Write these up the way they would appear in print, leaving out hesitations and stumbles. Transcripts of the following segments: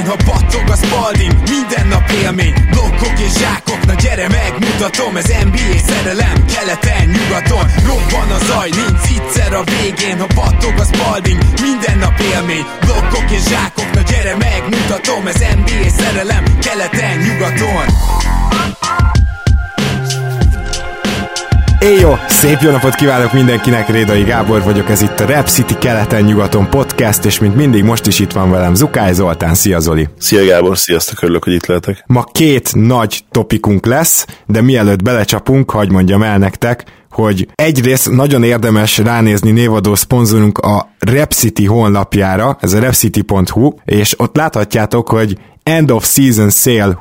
végén, ha battog a Spalding, minden nap élmény, blokkok és zsákok, na gyere megmutatom, ez NBA szerelem, keleten, nyugaton, robban a zaj, nincs egyszer a végén, ha battog a Spalding, minden nap élmény, blokkok és zsákok, na gyere megmutatom, ez NBA szerelem, keleten, nyugaton. Éjjó! Szép jó napot kívánok mindenkinek, Rédai Gábor vagyok, ez itt a Rap City keleten-nyugaton podcast, és mint mindig most is itt van velem Zukály Zoltán. Szia Zoli! Szia Gábor, sziasztok, örülök, hogy itt lehetek. Ma két nagy topikunk lesz, de mielőtt belecsapunk, hadd mondjam el nektek, hogy egyrészt nagyon érdemes ránézni névadó szponzorunk a Rap City honlapjára, ez a rapcity.hu, és ott láthatjátok, hogy End of Season Sale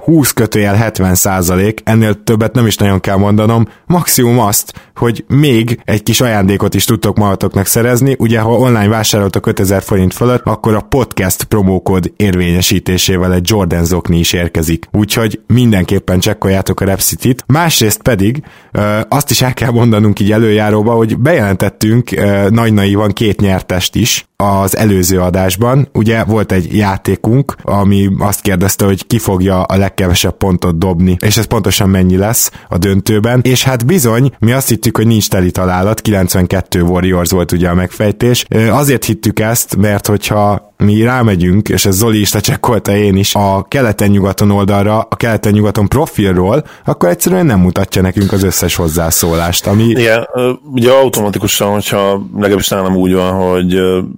20%, ennél többet nem is nagyon kell mondanom, maximum azt, hogy még egy kis ajándékot is tudtok magatoknak szerezni, ugye ha online vásároltok 5000 forint fölött, akkor a podcast promókód érvényesítésével egy Jordan zokni is érkezik, úgyhogy mindenképpen csekkoljátok a Rap City-t. Másrészt pedig azt is el kell mondanunk így előjáróba, hogy bejelentettünk nagy naívan 2 nyertest is az előző adásban. Ugye volt egy játékunk, ami azt kérdezte, hogy ki fogja a legkevesebb pontot dobni, és ez pontosan mennyi lesz a döntőben, és hát bizony, mi azt hittük, hogy nincs teli találat, 92 Warriors volt ugye a megfejtés. Azért hittük ezt, mert hogyha mi rámegyünk, és ez Zoli is lecsekkolta, én is, a keleten-nyugaton oldalra, a keleten-nyugaton profilról, akkor egyszerűen nem mutatja nekünk az összes hozzászólást, ami... Igen, ugye automatikusan, hogyha legalábbis nálam úgy van, hogy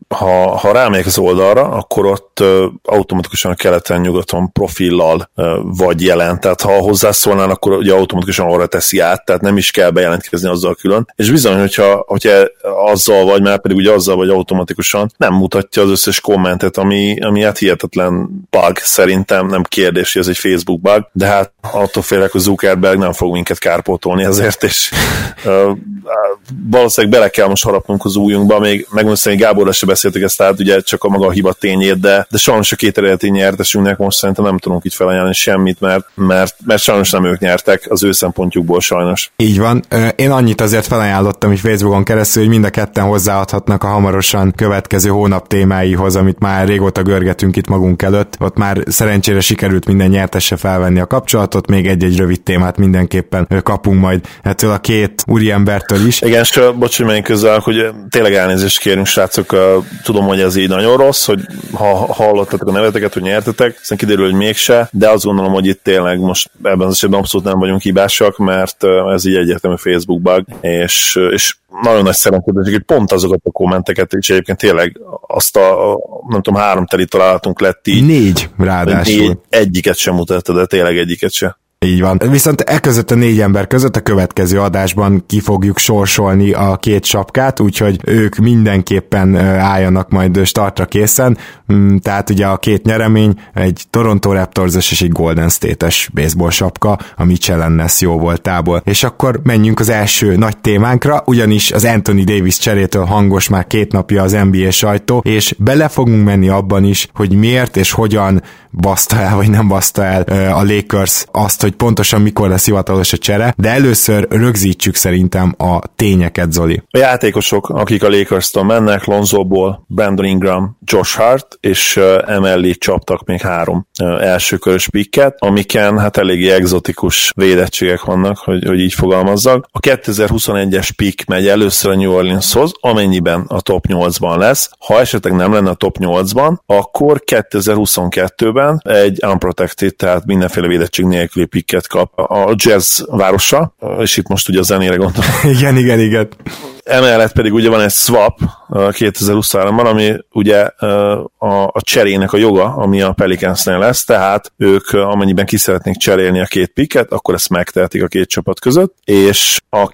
ha rámegyek az oldalra, akkor ott automatikusan a keleten-nyugaton profillal vagy jelent, tehát ha hozzászólnál, akkor ugye automatikusan arra teszi át, tehát nem is kell bejelentkezni azzal külön, és bizony, hogyha azzal vagy, már pedig ugye azzal vagy automatikusan, nem mutatja az összes kommentet, ami hát hihetetlen bug szerintem, nem kérdés, hogy ez egy Facebook bug, de hát attól félek, hogy Zuckerberg nem fog minket kárpótolni ezért, és valószínűleg bele kell most harapnunk az ujjunkba, még megmondom, hogy Gáborra se beszéltük ezt át, ugye csak a maga a hiba tényét, de sajnos a 2 eredeti nyertesünknek most szerintem nem tudunk itt felajánlani semmit, mert sajnos nem ők nyertek, az ő szempontjukból sajnos. Így van. Én annyit azért felajánlottam is Facebookon keresztül, hogy mind a ketten hozzáadhatnak a hamarosan következő hónap témáihoz, amit már régóta görgetünk itt magunk előtt. Ott már szerencsére sikerült minden nyertesse felvenni a kapcsolatot, még egy-egy rövid témát mindenképpen kapunk majd ettől a 2 úriembertől is. Igen, és bocs, hogy menjünk közel, hogy tényleg elnézést kérünk, srácok, tudom, hogy ez így nagyon rossz, hogy ha hallottatok a neveteket, hogy nyertetek, aztán kiderül, hogy mégse, de azt gondolom, hogy itt tényleg most ebben az esetben abszolút nem vagyunk hibásak, mert ez így egyértelmű Facebook bug, és nagyon nagy szerencsét, hogy pont azokat a kommenteket, és egyébként tényleg azt nem tudom, 3 teli találatunk lett így. 4 ráadásul. Egyiket sem mutatta, de tényleg egyiket sem. Így van. Viszont között a 4 ember között a következő adásban ki fogjuk sorsolni a 2 sapkát, úgyhogy ők mindenképpen álljanak majd startra készen. Tehát ugye a 2 nyeremény, egy Toronto Raptors-es és egy Golden State-es baseball sapka, a Mitchell & Ness jó voltából. És akkor menjünk az első nagy témánkra, ugyanis az Anthony Davis cserétől hangos már 2 napja az NBA sajtó, és bele fogunk menni abban is, hogy miért és hogyan baszta el, vagy nem baszta el a Lakers azt, hogy pontosan mikor lesz hivatalos a csere, de először rögzítsük szerintem a tényeket, Zoli. A játékosok, akik a Lakers-től mennek, Lonzo Ball, Brandon Ingram, Josh Hart, és emellé csaptak még 3 elsőkörös picket, amiken hát eléggé egzotikus védettségek vannak, hogy így fogalmazzak. A 2021-es pick megy először a New Orleanshoz, amennyiben a top 8-ban lesz. Ha esetleg nem lenne a top 8-ban, akkor 2022-ben egy unprotected, tehát mindenféle védettség nélküli picket kap a Jazz városa, és itt most ugye a zenére gondolom. Igen. Emellett pedig ugye van egy swap 2023-ban, ami ugye a cserének a joga, ami a Pelicansnél lesz, tehát ők amennyiben ki szeretnék cserélni a 2 picket, akkor ezt megtehetik a 2 csapat között, és a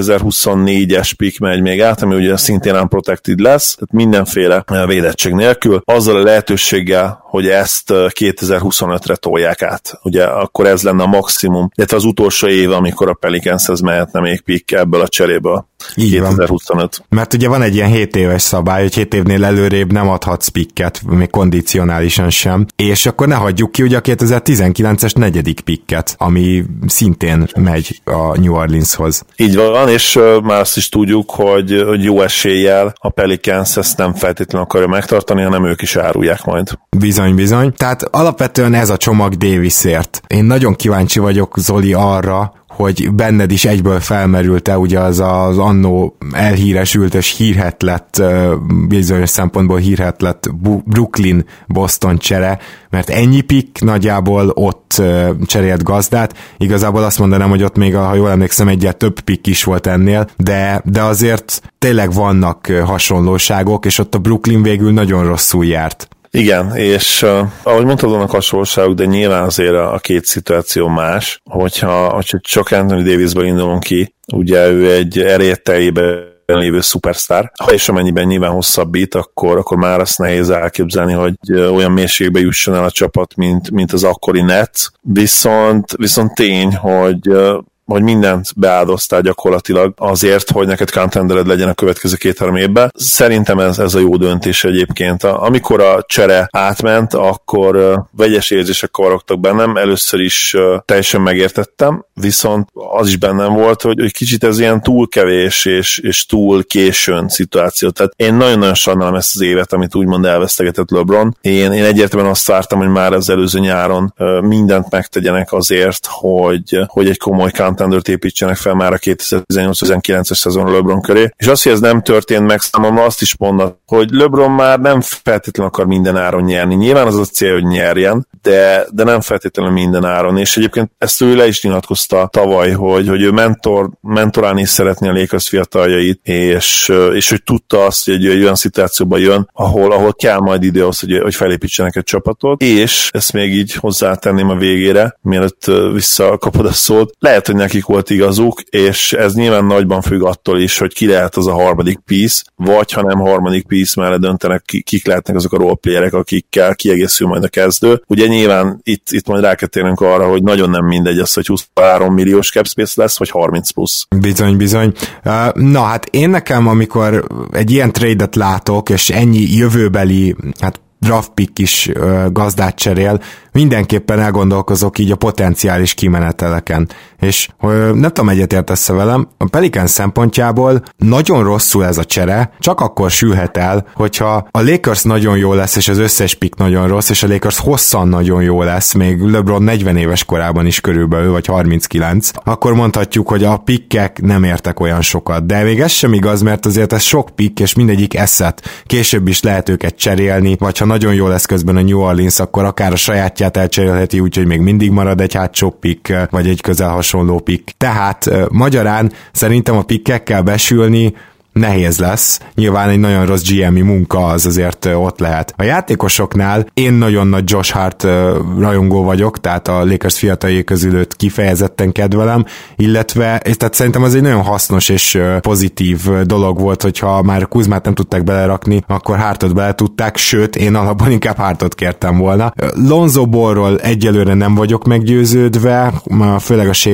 2024-es pick megy még át, ami ugye szintén unprotected lesz, tehát mindenféle védettség nélkül, azzal a lehetőséggel, hogy ezt 2025-re tolják át. Ugye akkor ez lenne a maximum, illetve az utolsó év, amikor a Pelicanshez mehetne még pick ebből a cseréből. 2025. Mert ugye van egy ilyen 7 éves éves szabály, hogy 7 évnél előrébb nem adhatsz picket, még kondicionálisan sem, és akkor ne hagyjuk ki ugye a 2019-es 4. picket, ami szintén megy a New Orleanshoz. Így van, és már azt is tudjuk, hogy jó eséllyel a Pelicans ezt nem feltétlenül akarja megtartani, hanem ők is árulják majd. Bizony. Tehát alapvetően ez a csomag Davisért. Én nagyon kíváncsi vagyok, Zoli, arra, hogy benned is egyből felmerült-e ugye az annó elhíresült és hírhet lett, bizonyos szempontból hírhet lett Brooklyn-Boston csere, mert ennyi pick nagyjából ott cserélt gazdát. Igazából azt mondanám, hogy ott még, ha jól emlékszem, egyet több pick is volt ennél, de azért tényleg vannak hasonlóságok, és ott a Brooklyn végül nagyon rosszul járt. Igen, és ahogy mondtad, vannak hasonlóságok, de nyilván azért a két szituáció más, hogyha csak Anthony Davisből indulunk ki, ugye ő egy erejételjében lévő szupersztár. Ha és amennyiben nyilván hosszabbít, akkor már azt nehéz elképzelni, hogy olyan mélységbe jusson el a csapat, mint az akkori Nets. Viszont tény, hogy mindent beáldoztál gyakorlatilag azért, hogy neked contendered legyen a következő 2-3 évben. Szerintem ez a jó döntés egyébként. Amikor a csere átment, akkor vegyes érzések kavarogtak bennem, először is teljesen megértettem, viszont az is bennem volt, hogy kicsit ez ilyen túl kevés és túl későn szituáció. Tehát én nagyon-nagyon sajnálom ezt az évet, amit úgymond elvesztegetett LeBron. Én egyértelműen azt vártam, hogy már az előző nyáron mindent megtegyenek azért, hogy egy komoly contendert építsenek fel már a 2018-19-es szezon LeBron köré. És az, hogy ez nem történt meg, számomra azt is mondta, hogy LeBron már nem feltétlenül akar minden áron nyerni. Nyilván az a cél, hogy nyerjen, de nem feltétlenül minden áron. És egyébként ezt ő le is nyilatkozta tavaly, hogy ő mentorálni is szeretné a Lakers fiataljait, és hogy tudta azt, hogy egy olyan szituációba jön, ahol kell majd idő az, hogy felépítsenek egy csapatot, és ezt még így hozzátenném a végére, mielőtt visszakapod a szót. Lehet, hogy nekik volt igazuk, és ez nyilván nagyban függ attól is, hogy ki lehet az a harmadik piece, vagy ha nem harmadik piece mellett döntenek, kik lehetnek azok a roleplayerek, akikkel kiegészül majd a kezdő. Ugye nyilván itt majd rá kell térnünk arra, hogy nagyon nem mindegy az, hogy 23 milliós cap space lesz, vagy 30 plusz. Bizony. Na hát én nekem, amikor egy ilyen trade-et látok, és ennyi jövőbeli, draft pick is gazdát cserél, mindenképpen elgondolkozok így a potenciális kimeneteleken. És nem tudom, egyetértesz-e velem, a Pelicans szempontjából nagyon rosszul ez a csere, csak akkor sülhet el, hogyha a Lakers nagyon jó lesz, és az összes pick nagyon rossz, és a Lakers hosszan nagyon jó lesz, még LeBron 40 éves korában is körülbelül, vagy 39, akkor mondhatjuk, hogy a pickek nem értek olyan sokat. De még ez sem igaz, mert azért ez sok pick, és mindegyik asset. Később is lehet őket cserélni, vagy ha nagyon jó lesz közben a New Orleans, akkor akár a sajátját elcserélheti, úgyhogy még mindig marad egy hátsó pick, vagy egy közel hasonló pick. Tehát magyarán szerintem a pickekkel besülni nehéz lesz. Nyilván egy nagyon rossz GM-i munka az azért ott lehet. A játékosoknál én nagyon nagy Josh Hart rajongó vagyok, tehát a Lakers fiataljai közül őt kifejezetten kedvelem, illetve tehát szerintem az egy nagyon hasznos és pozitív dolog volt, hogyha már Kuzmát nem tudták belerakni, akkor Hartot bele tudták, sőt, én alapban inkább Hartot kértem volna. Lonzo Ballról egyelőre nem vagyok meggyőződve, főleg a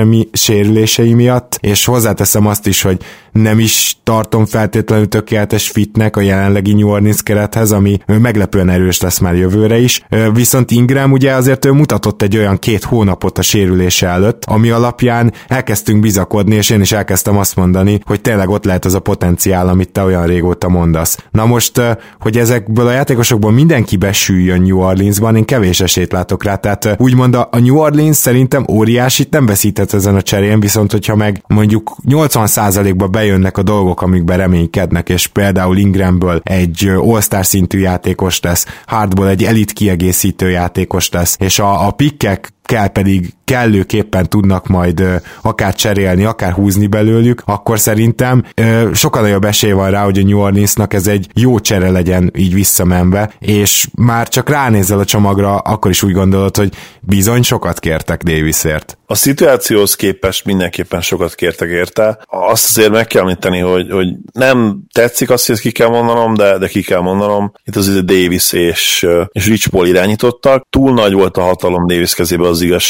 sérülései miatt, és hozzáteszem azt is, hogy nem is tartom feltétlenül tökéletes fitnek a jelenlegi New Orleans kerethez, ami meglepően erős lesz már jövőre is. Viszont Ingram ugye azért ő mutatott egy olyan 2 hónapot a sérülése előtt, ami alapján elkezdtünk bizakodni, és én is elkezdtem azt mondani, hogy tényleg ott lehet az a potenciál, amit te olyan régóta mondasz. Na most, hogy ezekből a játékosokból mindenki besüljön New Orleansban, én kevés esélyt látok rá, tehát úgymond a New Orleans szerintem óriásit nem veszített ezen a cserén, viszont hogyha meg mondjuk 80%-ba bejönnek a dolgok, amikben reménykednek, és például Ingramből egy all-star szintű játékos lesz, Hartból egy elit kiegészítő játékos lesz, és a pickek pedig kellőképpen tudnak majd akár cserélni, akár húzni belőlük, akkor szerintem sokkal nagyobb esély van rá, hogy a New Orleansnak ez egy jó csere legyen így visszamenve, és már csak ránézel a csomagra, akkor is úgy gondolod, hogy bizony sokat kértek Davisért. A szituációhoz képest mindenképpen sokat kértek érte. Azt azért meg kell említeni, hogy nem tetszik azt, hogy ezt ki kell mondanom, de ki kell mondanom. Itt azért Davis és Rich Paul irányítottak. Túl nagy volt a hatalom Davis kezében az igazság így,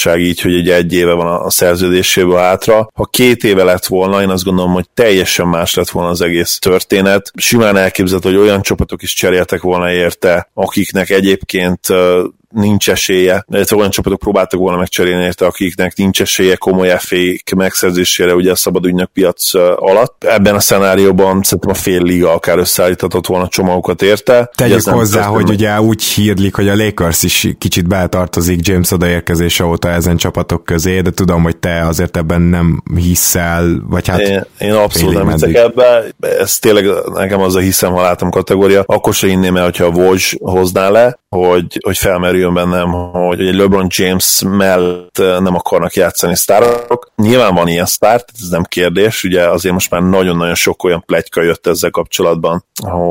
hogy ugye 1 éve van a szerződéséből hátra. Ha 2 éve lett volna, én azt gondolom, hogy teljesen más lett volna az egész történet. Simán elképzelhető, hogy olyan csapatok is cseréltek volna érte, akiknek egyébként nincs esélye, illetve olyan csapatok próbáltak volna megcserélni érte, akiknek nincs esélye komoly FA-k megszerzésére ugye a szabad ügynök piac alatt. Ebben a szenárióban szerintem a fél liga akár összeállíthatott volna csomagokat érte. Tegyük hozzá, hogy ugye úgy hírlik, hogy a Lakers is kicsit beltartozik James odaérkezése óta ezen csapatok közé, de tudom, hogy te azért ebben nem hiszel, vagy hát... Én abszolút nem hiszek ebbe. Ez tényleg nekem az a hiszem, ha látom kategória. Akkor se hinném el, hogyha a Woj hozná le, hogy felmerüljön bennem, hogy egy LeBron James mellett nem akarnak játszani sztárok. Nyilván van ilyen sztár, ez nem kérdés, ugye azért most már nagyon-nagyon sok olyan pletyka jött ezzel kapcsolatban,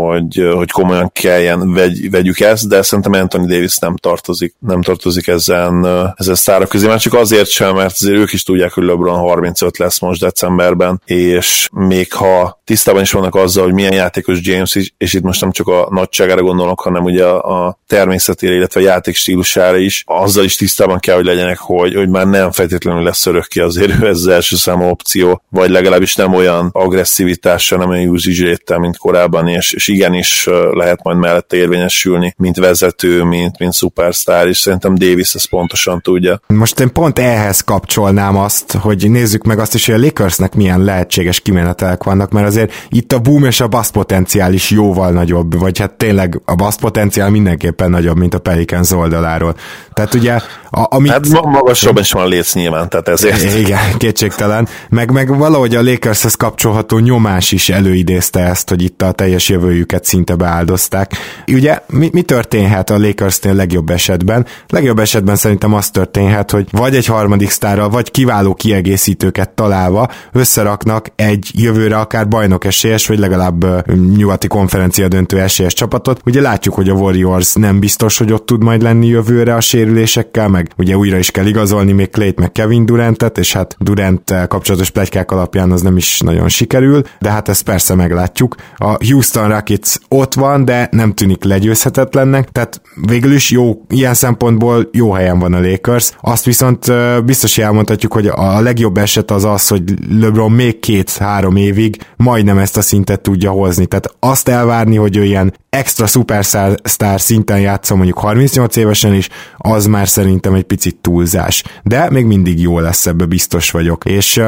hogy komolyan kelljen vegyük ezt, de szerintem Anthony Davis nem tartozik ezen sztárok közé, már csak azért sem, mert azért ők is tudják, hogy LeBron 35 lesz most decemberben, és még ha tisztában is vannak azzal, hogy milyen játékos James is, és itt most nem csak a nagyságára gondolok, hanem ugye a természetére, illetve a játék stílusára is, azzal is tisztában kell, hogy legyenek, hogy már nem feltétlenül lesz örökké azért ő ez az első számú opció, vagy legalábbis nem olyan agresszivitással, nem olyan usage rate-tel, mint korábban, és igenis lehet majd mellette érvényesülni, mint vezető, mint szupersztár, és szerintem Davis ezt pontosan tudja. Most én pont ehhez kapcsolnám azt, hogy nézzük meg azt is, hogy a Lakersnek milyen lehetséges kimenetelek vannak, mert azért itt a boom és a bust potenciál is jóval nagyobb, vagy hát tényleg a bust potenciál mindenképpen nagyobb, mint a Pelicans oldaláról. Tehát ugye hát magasabban is van létsz nyilván, tehát ezért. Igen, kétségtelen. Meg valahogy a Lakershez kapcsolható nyomás is előidézte ezt, hogy itt a teljes jövőjüket szinte beáldozták. Ugye mi történhet a Lakersnél legjobb esetben? Legjobb esetben szerintem az történhet, hogy vagy egy harmadik sztárral, vagy kiváló kiegészítőket találva összeraknak egy jövőre akár bajnok esélyes, vagy legalább nyugati konferencia döntő esélyes csapatot. Ugye látjuk, hogy a Warriors nem biztos, hogy ott tud majd lenni jövőre a sérülésekkel, meg ugye újra is kell igazolni még Clayt, meg Kevin Durantet, és hát Durant kapcsolatos pletykák alapján az nem is nagyon sikerül, de hát ezt persze meglátjuk. A Houston Rockets ott van, de nem tűnik legyőzhetetlennek, tehát végül is jó, ilyen szempontból jó helyen van a Lakers. Azt viszont biztos elmondhatjuk, hogy a legjobb eset az, hogy LeBron még 2-3 évig majdnem ezt a szintet tudja hozni. Tehát azt elvárni, hogy ő ilyen extra szupersztár szinten játszom mondjuk 38 évesen is, az már szerintem egy picit túlzás. De még mindig jó lesz, ebbe biztos vagyok.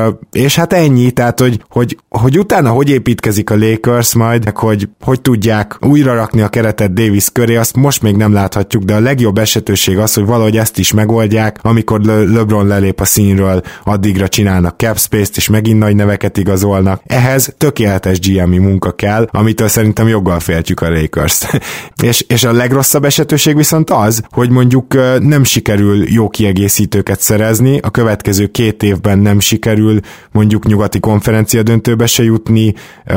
És hát ennyi, tehát hogy utána hogy építkezik a Lakers majd, hogy tudják újra rakni a keretet Davis köré, azt most még nem láthatjuk, de a legjobb esetőség az, hogy valahogy ezt is megoldják, amikor LeBron lelép a színről, addigra csinálnak cap space-t, és megint nagy neveket igazolnak. Ehhez tökéletes GM-i munka kell, amitől szerintem joggal féltjük a Lakers-t. és a legrosszabb esetőség viszont az, hogy mondjuk nem sikerül jó kiegészítőket szerezni, a következő 2 évben nem sikerül mondjuk nyugati konferencia döntőbe se jutni,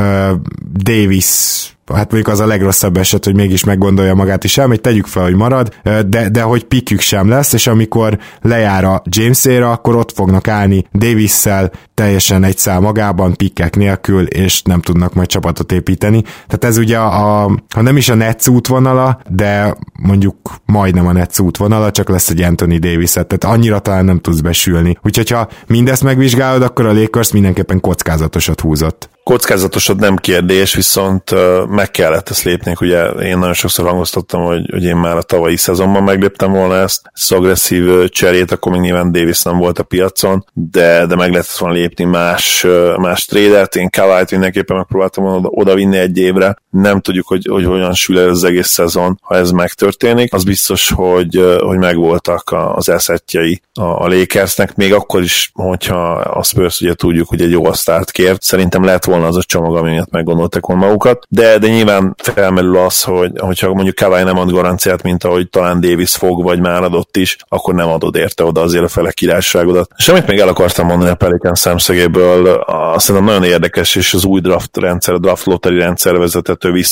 Davis, hát mondjuk az a legrosszabb eset, hogy mégis meggondolja magát is elmegy, tegyük fel, hogy marad, de hogy pikük sem lesz, és amikor lejár a James-éra, akkor ott fognak állni Davis-szel teljesen egy szál magában, pikkek nélkül, és nem tudnak majd csapatot építeni. Tehát ez ugye ha nem is a Nets útvonala, de mondjuk majdnem a Nets útvonala, csak lesz egy Anthony Davis-et, tehát annyira talán nem tudsz besülni. Úgyhogy ha mindezt megvizsgálod, akkor a Lakers mindenképpen kockázatosat húzott. Kockázatosod nem kérdés, viszont meg kellett ezt lépni, ugye én nagyon sokszor hangoztattam, hogy én már a tavalyi szezonban megléptem volna ezt agresszív cserét, akkor még nyilván Davis nem volt a piacon, de meg lehetett volna lépni más trédet, én Kawait mindenképpen megpróbáltam volna odavinni 1 évre, nem tudjuk, hogy hogyan sül el az egész szezon, ha ez megtörténik, az biztos, hogy megvoltak az eszetjei a Lakersnek, még akkor is, hogyha a Spurs ugye tudjuk, hogy egy jó asztalt kért, szerintem lehet volna az a csomag, ami miatt meggondolták volna magukat, de nyilván felmerül az, hogyha mondjuk Kawhi nem ad garanciát, mint ahogy talán Davis fog, vagy már adott is, akkor nem adod érte oda azért a fele királyságodat. És amit még el akartam mondani a Pelicans szemszögéből, azt hiszem nagyon érdekes, és az új draft rendszer, a draft lottery rendszer vezethető vissza, hogy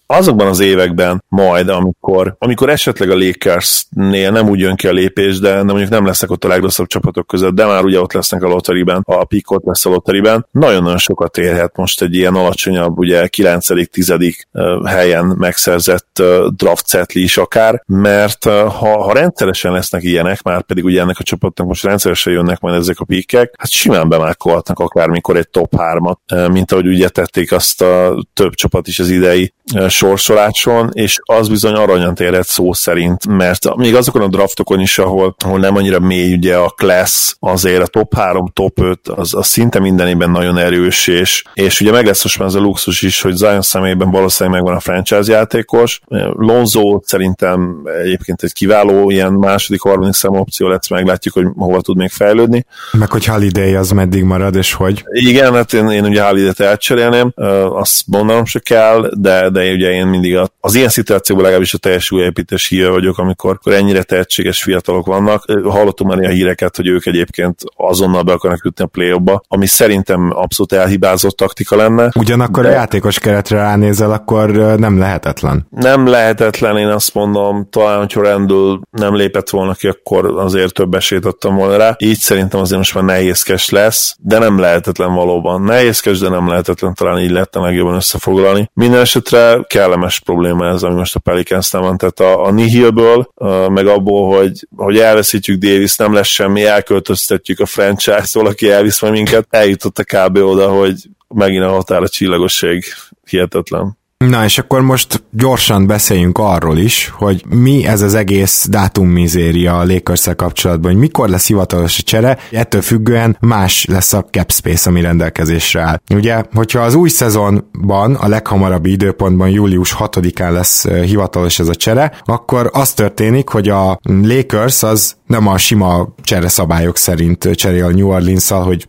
azokban az években majd, amikor esetleg a Lakersnél nem úgy jön ki a lépés, de mondjuk nem lesznek ott a legrosszabb csapatok között, de már ugye ott lesznek a lotteriben, a pick ott lesz a lotteriben, nagyon-nagyon sokat érhet most egy ilyen alacsonyabb, ugye 9.-10. helyen megszerzett draft setli is akár, mert ha rendszeresen lesznek ilyenek, már pedig ugye ennek a csapatnak most rendszeresen jönnek majd ezek a pickek, hát simán bemákolhatnak akármikor egy top 3-at, mint ahogy ugye tették azt a több csapat is az idei sorsoláson, és az bizony aranyat érhet szó szerint, mert még azokon a draftokon is, ahol nem annyira mély ugye a class, azért a top 3, top 5, az szinte mindenében nagyon erős, és ugye meg lesz most már ez a luxus is, hogy Zion személyében valószínűleg megvan a franchise játékos. Lonzo szerintem egyébként egy kiváló ilyen második, harmadik számú opció lesz, meglátjuk, hogy hova tud még fejlődni. Meg hogy Holiday az meddig marad, és hogy? Igen, hát én ugye Holidayt elcserélném, azt mondanom se kell, de ugye én mindig az ilyen szituációban legalábbis a teljes újépítés híve vagyok, amikor ennyire tehetséges fiatalok vannak. Hallottam már a híreket, hogy ők egyébként azonnal be akarnak jutni a play-offba, ami szerintem abszolút elhibázott taktika lenne. Ugyanakkor a játékos keretre ránézel, akkor nem lehetetlen. Nem lehetetlen, én azt mondom, talán, hogyha Randall nem lépett volna ki, akkor azért több esélyt adtam volna rá. Így szerintem azért most már nehézkes lesz, de nem lehetetlen valóban. Nehézkes, de nem lehetetlen, talán így lehetne legjobban összefoglalni. Minden esetre kellemes probléma ez, ami most a Pelicansnál van, tehát a nihilből, meg abból, hogy elveszítjük Davis, nem lesz semmi, elköltöztetjük a franchise, valaki elvisz majd minket, eljutott a kb. Oda, hogy megint a határ a csillagosség, hihetetlen. Na, és akkor most gyorsan beszéljünk arról is, hogy mi ez az egész dátummizéria a Lakers-szel kapcsolatban, hogy mikor lesz hivatalos a csere, ettől függően más lesz a cap space, ami rendelkezésre áll. Ugye, hogyha az új szezonban, a leghamarabbi időpontban július 6-án lesz hivatalos ez a csere, akkor az történik, hogy a Lakers az nem a sima csereszabályok szerint cserél a New Orleans-szal, hogy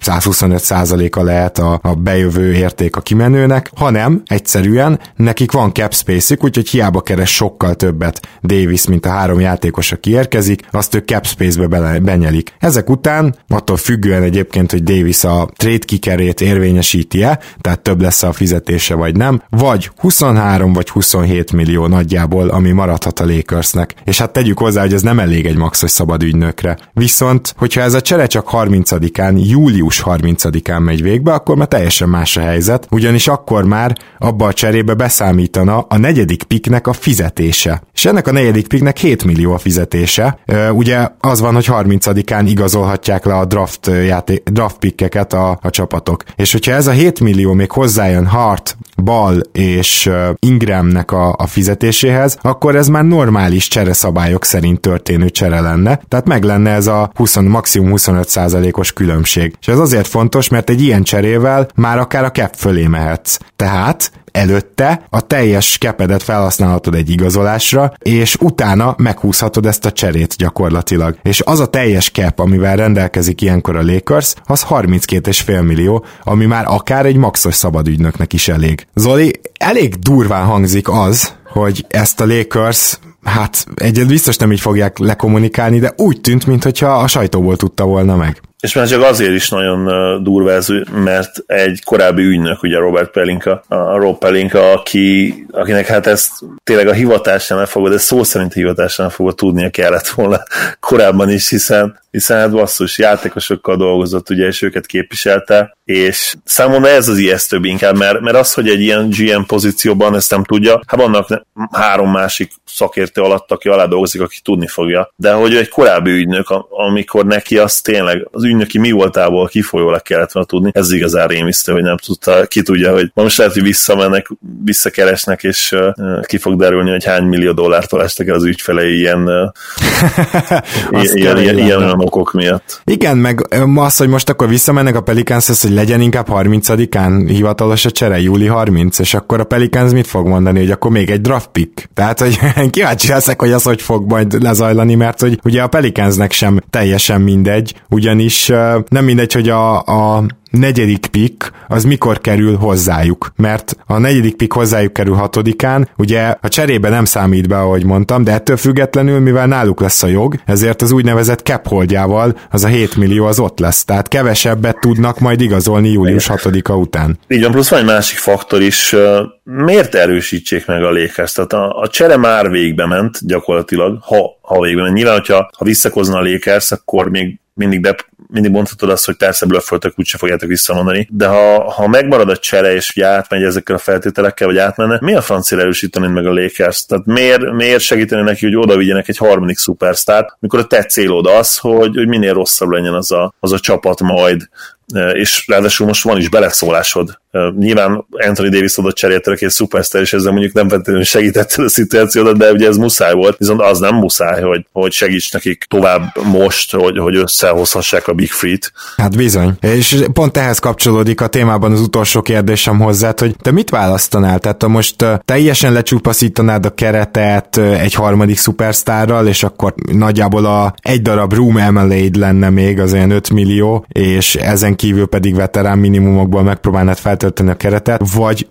125%-a lehet a bejövő érték a kimenőnek, hanem egyszerűen nekik van cap space-ük, úgyhogy hiába keres sokkal többet Davis, mint a 3 játékos, aki érkezik, azt ők cap space-be benyelik. Ezek után, attól függően egyébként, hogy Davis a trade kickerét érvényesíti-e, tehát több lesz a fizetése vagy nem, vagy 23 vagy 27 millió nagyjából, ami maradhat a Lakersnek. És hát tegyük hozzá, hogy ez nem elég egy maxos szabad ügynökre. Viszont, hogyha ez a csere csak 30-án, július 30-án megy végbe, akkor már teljesen más a helyzet, ugyanis akkor már abba a cserébe beszámítana a 4. picknek a fizetése. És ennek a 4. picknek 7 millió a fizetése. Ugye az van, hogy 30-án igazolhatják le a draft pickeket a csapatok. És hogyha ez a 7 millió még hozzájön Hart, Ball és Ingramnek a fizetéséhez, akkor ez már normális csereszabályok szerint történő csere lenne. Tehát meg lenne ez a maximum 25%-os különbség. És ez azért fontos, mert egy ilyen cserével már akár a cap fölé mehetsz. Tehát előtte a teljes capedet felhasználhatod egy igazolásra, és utána meghúzhatod ezt a cserét gyakorlatilag. És az a teljes cap, amivel rendelkezik ilyenkor a Lakers, az 32,5 millió, ami már akár egy maxos szabadügynöknek is elég. Zoli, elég durván hangzik az, hogy ezt a Lakers, hát egyet biztos nem így fogják lekommunikálni, de úgy tűnt, mintha a sajtóból tudta volna meg. És már csak azért is nagyon durva ez, mert egy korábbi ügynök, ugye Rob Pelinka, akinek hát ezt tényleg a hivatásán elfogad, de szó szerint a hivatásán elfogad tudnia kellett volna korábban is, hiszen hát basszus, játékosokkal dolgozott, ugye, és őket képviselte, és számomra ez az ijesztőbb inkább, mert az, hogy egy ilyen GM pozícióban ezt nem tudja, hát vannak 3 másik szakértő alatt, aki alá dolgozik, aki tudni fogja, de hogy egy korábbi ügynök, amikor neki az tényleg az ügynöki mi voltából kifolyólag kellett volna tudni, ez igazán rémisztő, hogy nem tudta, ki tudja, hogy most lehet, hogy visszakeresnek, és ki fog derülni, hogy hány millió dollárt estek el az ügyfelei ilyen okok miatt. Igen, meg az, hogy most akkor visszamennek a Pelicanshoz, hogy legyen inkább 30-án hivatalos a csere, júli 30, és akkor a Pelicans mit fog mondani, hogy akkor még egy draft pick? Tehát, hogy kíváncsi leszek, hogy az hogy fog majd lezajlani, mert hogy ugye a Pelicansnek sem teljesen mindegy, ugyanis nem mindegy, hogy a negyedik pick az mikor kerül hozzájuk, mert a negyedik pick hozzájuk kerül 6-án, ugye a cserébe nem számít be, ahogy mondtam, de ettől függetlenül, mivel náluk lesz a jog, ezért az úgynevezett cap holdjával az a 7 millió az ott lesz, tehát kevesebbet tudnak majd igazolni július 6-a után. Így van, plusz van egy másik faktor is, miért erősítsék meg a Lakers? Tehát a csere már végbe ment gyakorlatilag, ha végbe ment. Nyilván, hogyha visszakozna a Lakers, akkor még mindig mondhatod azt, hogy persze blöfföltök, úgyse fogjátok visszamondani, de ha megmarad a csere, és ugye átmegy ezekkel a feltételekkel, vagy átmenne, mi a francia erősítenéd meg a Lakers? Tehát miért segíteni neki, hogy oda vigyenek egy harmadik szupersztárt, mikor a te célod az, hogy minél rosszabb legyen az a csapat majd, és ráadásul most van is beleszólásod. Nyilván Anthony Davis oda cseréltek egy szupersztár, és ezzel mondjuk nem feltétlenül segítette a szituációdat, de ugye ez muszáj volt, viszont az nem muszáj, hogy segíts nekik tovább most, hogy összehozhassák a Big Free-t. Hát bizony. És pont ehhez kapcsolódik a témában az utolsó kérdésem hozzád, hogy te mit választanál? Tehát most teljesen lecsupaszítanád a keretet egy harmadik szupersztárral, és akkor nagyjából egy darab room MLA-d lenne még, az olyan 5 millió, és ezen kívül pedig veterán minimumokból megpróbálnád feltölteni a keretet, vagy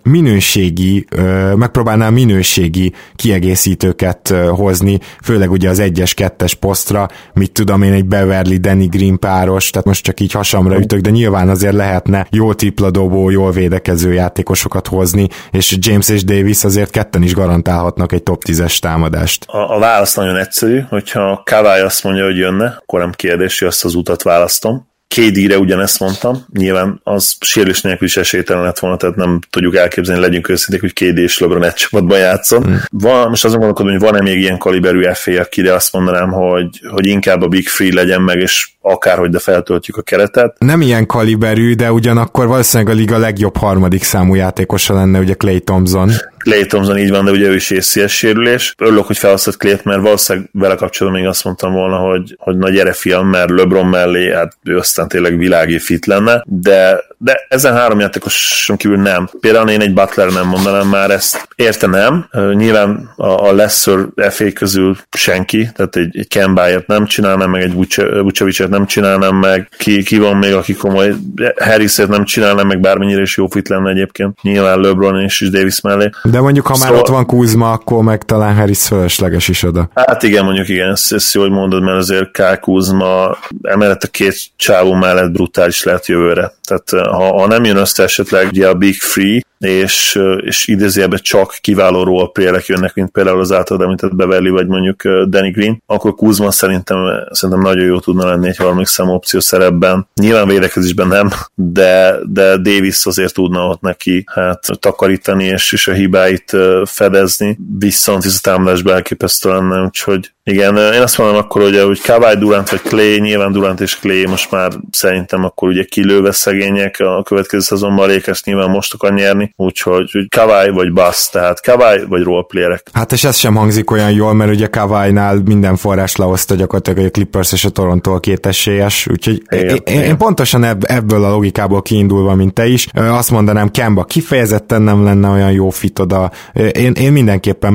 megpróbálnál minőségi kiegészítőket hozni, főleg ugye az 1-es, 2-es posztra, mit tudom én, egy Beverly Danny Green páros, tehát most csak így hasamra ütök, de nyilván azért lehetne jó tripladobó, jól védekező játékosokat hozni, és James és Davis azért ketten is garantálhatnak egy top 10-es támadást. A válasz nagyon egyszerű, hogyha Kawhi azt mondja, hogy jönne, akkor nem kérdés, hogy azt az utat választom. KD-re ugyanezt mondtam, nyilván az sérülés nélkül is esélytelen lett volna, tehát nem tudjuk elképzelni, legyünk őszinték, hogy KD és LeBron egy csapatban játszon. Most azon gondolkodom, hogy van-e még ilyen kaliberű FA, akire azt mondanám, hogy inkább a Big Free legyen meg, és akárhogy, de feltöltjük a keretet. Nem ilyen kaliberű, de ugyanakkor valószínűleg a liga legjobb harmadik számú játékosa lenne, ugye Klay Thompson. Klay Thompson, így van, de ugye ő is ACS sérülés. Örülök, hogy felhasználott Klayt, mert valószínűleg vele kapcsolatban még azt mondtam volna, hogy na gyere fiam, mert LeBron mellé, hát ő aztán tényleg világi fit lenne, de ezen három játékoson kívül nem. Például én egy Butler nem mondanám már ezt. Érte nem. Nyilván a lesser FA közül senki, tehát egy Kembáért nem csinálnám meg, egy Vucevicet nem csinálnám meg, ki van még, aki komoly, Harrisért nem csinálnám meg, bármennyire is jó fit lenne egyébként. Nyilván LeBron és Davis mellé. De mondjuk, ha már ott van Kuzma, akkor meg talán Harris fölösleges is oda. Hát igen, mondjuk igen, ezt jó, hogy mondod, mert azért Kyle Kuzma emellett a két csávó mellett brutális lehet jövőre. Tehát ha nem jön össze esetleg ugye a Big Free, és idézőjelben csak kiváló roleplayerek jönnek, mint például az általad említett Beverly, vagy mondjuk Danny Green, akkor Kuzma szerintem nagyon jó tudna lenni egy harmadik számú opció szerepben. Nyilván védekezésben nem, de Davis azért tudna ott neki takarítani, és a hibáit fedezni, viszont visszatámadásban elképesztő lenne, úgyhogy igen, én azt mondom akkor, hogy Kawhi, Durant vagy Klay, nyilván Durant és Klay most már szerintem akkor ugye kilőve szegények, a következő szezonban a Lakers nyilván most akar nyerni, úgyhogy Kawhi vagy bust, tehát Kawhi vagy roleplayerek. Hát és ez sem hangzik olyan jól, mert ugye Kawhi-nál minden forrás lehozta gyakorlatilag a Clippers és a Toronto a két esélyes, úgyhogy én pontosan ebből a logikából kiindulva, mint te is, azt mondanám, Kemba kifejezetten nem lenne olyan jó fit oda. Én mindenképpen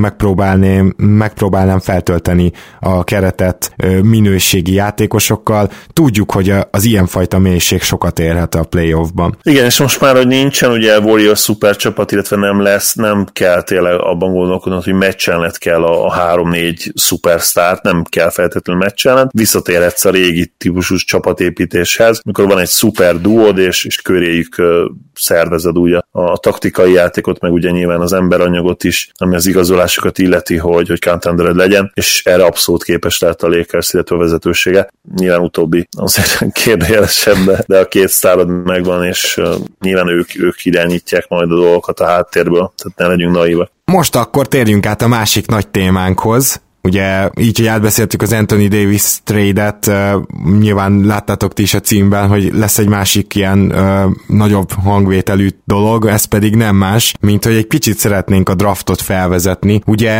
megpróbálnám feltölteni a keretet minőségi játékosokkal. Tudjuk, hogy az ilyenfajta mélység sokat érhet a playoffban. Igen, és most már, hogy nincsen ugye Warriors szuper csapat, illetve nem lesz, nem kell tényleg abban gondolkodnod, hogy meccselned kell a 3-4 szupersztárt, nem kell feltétlenül meccselned, visszatérhetsz a régi típusú csapatépítéshez, mikor van egy szuper duód, és köréjük szervezed ugye a taktikai játékot, meg ugye nyilván az emberanyagot is, ami az igazolásokat illeti, hogy contendered legyen, és erre abszolút képes lehet a Lakers, illetve a vezetősége. Nyilván utóbbi azért kérdőjelesebb, de a két sztárod megvan, és nyilván ők irányítják majd a dolgokat a háttérből, tehát ne legyünk naívak. Most akkor térjünk át a másik nagy témánkhoz. Ugye így, hogy átbeszéltük az Anthony Davis trade-et, nyilván láttátok ti is a címben, hogy lesz egy másik ilyen nagyobb hangvételű dolog, ez pedig nem más, mint hogy egy picit szeretnénk a draftot felvezetni. Ugye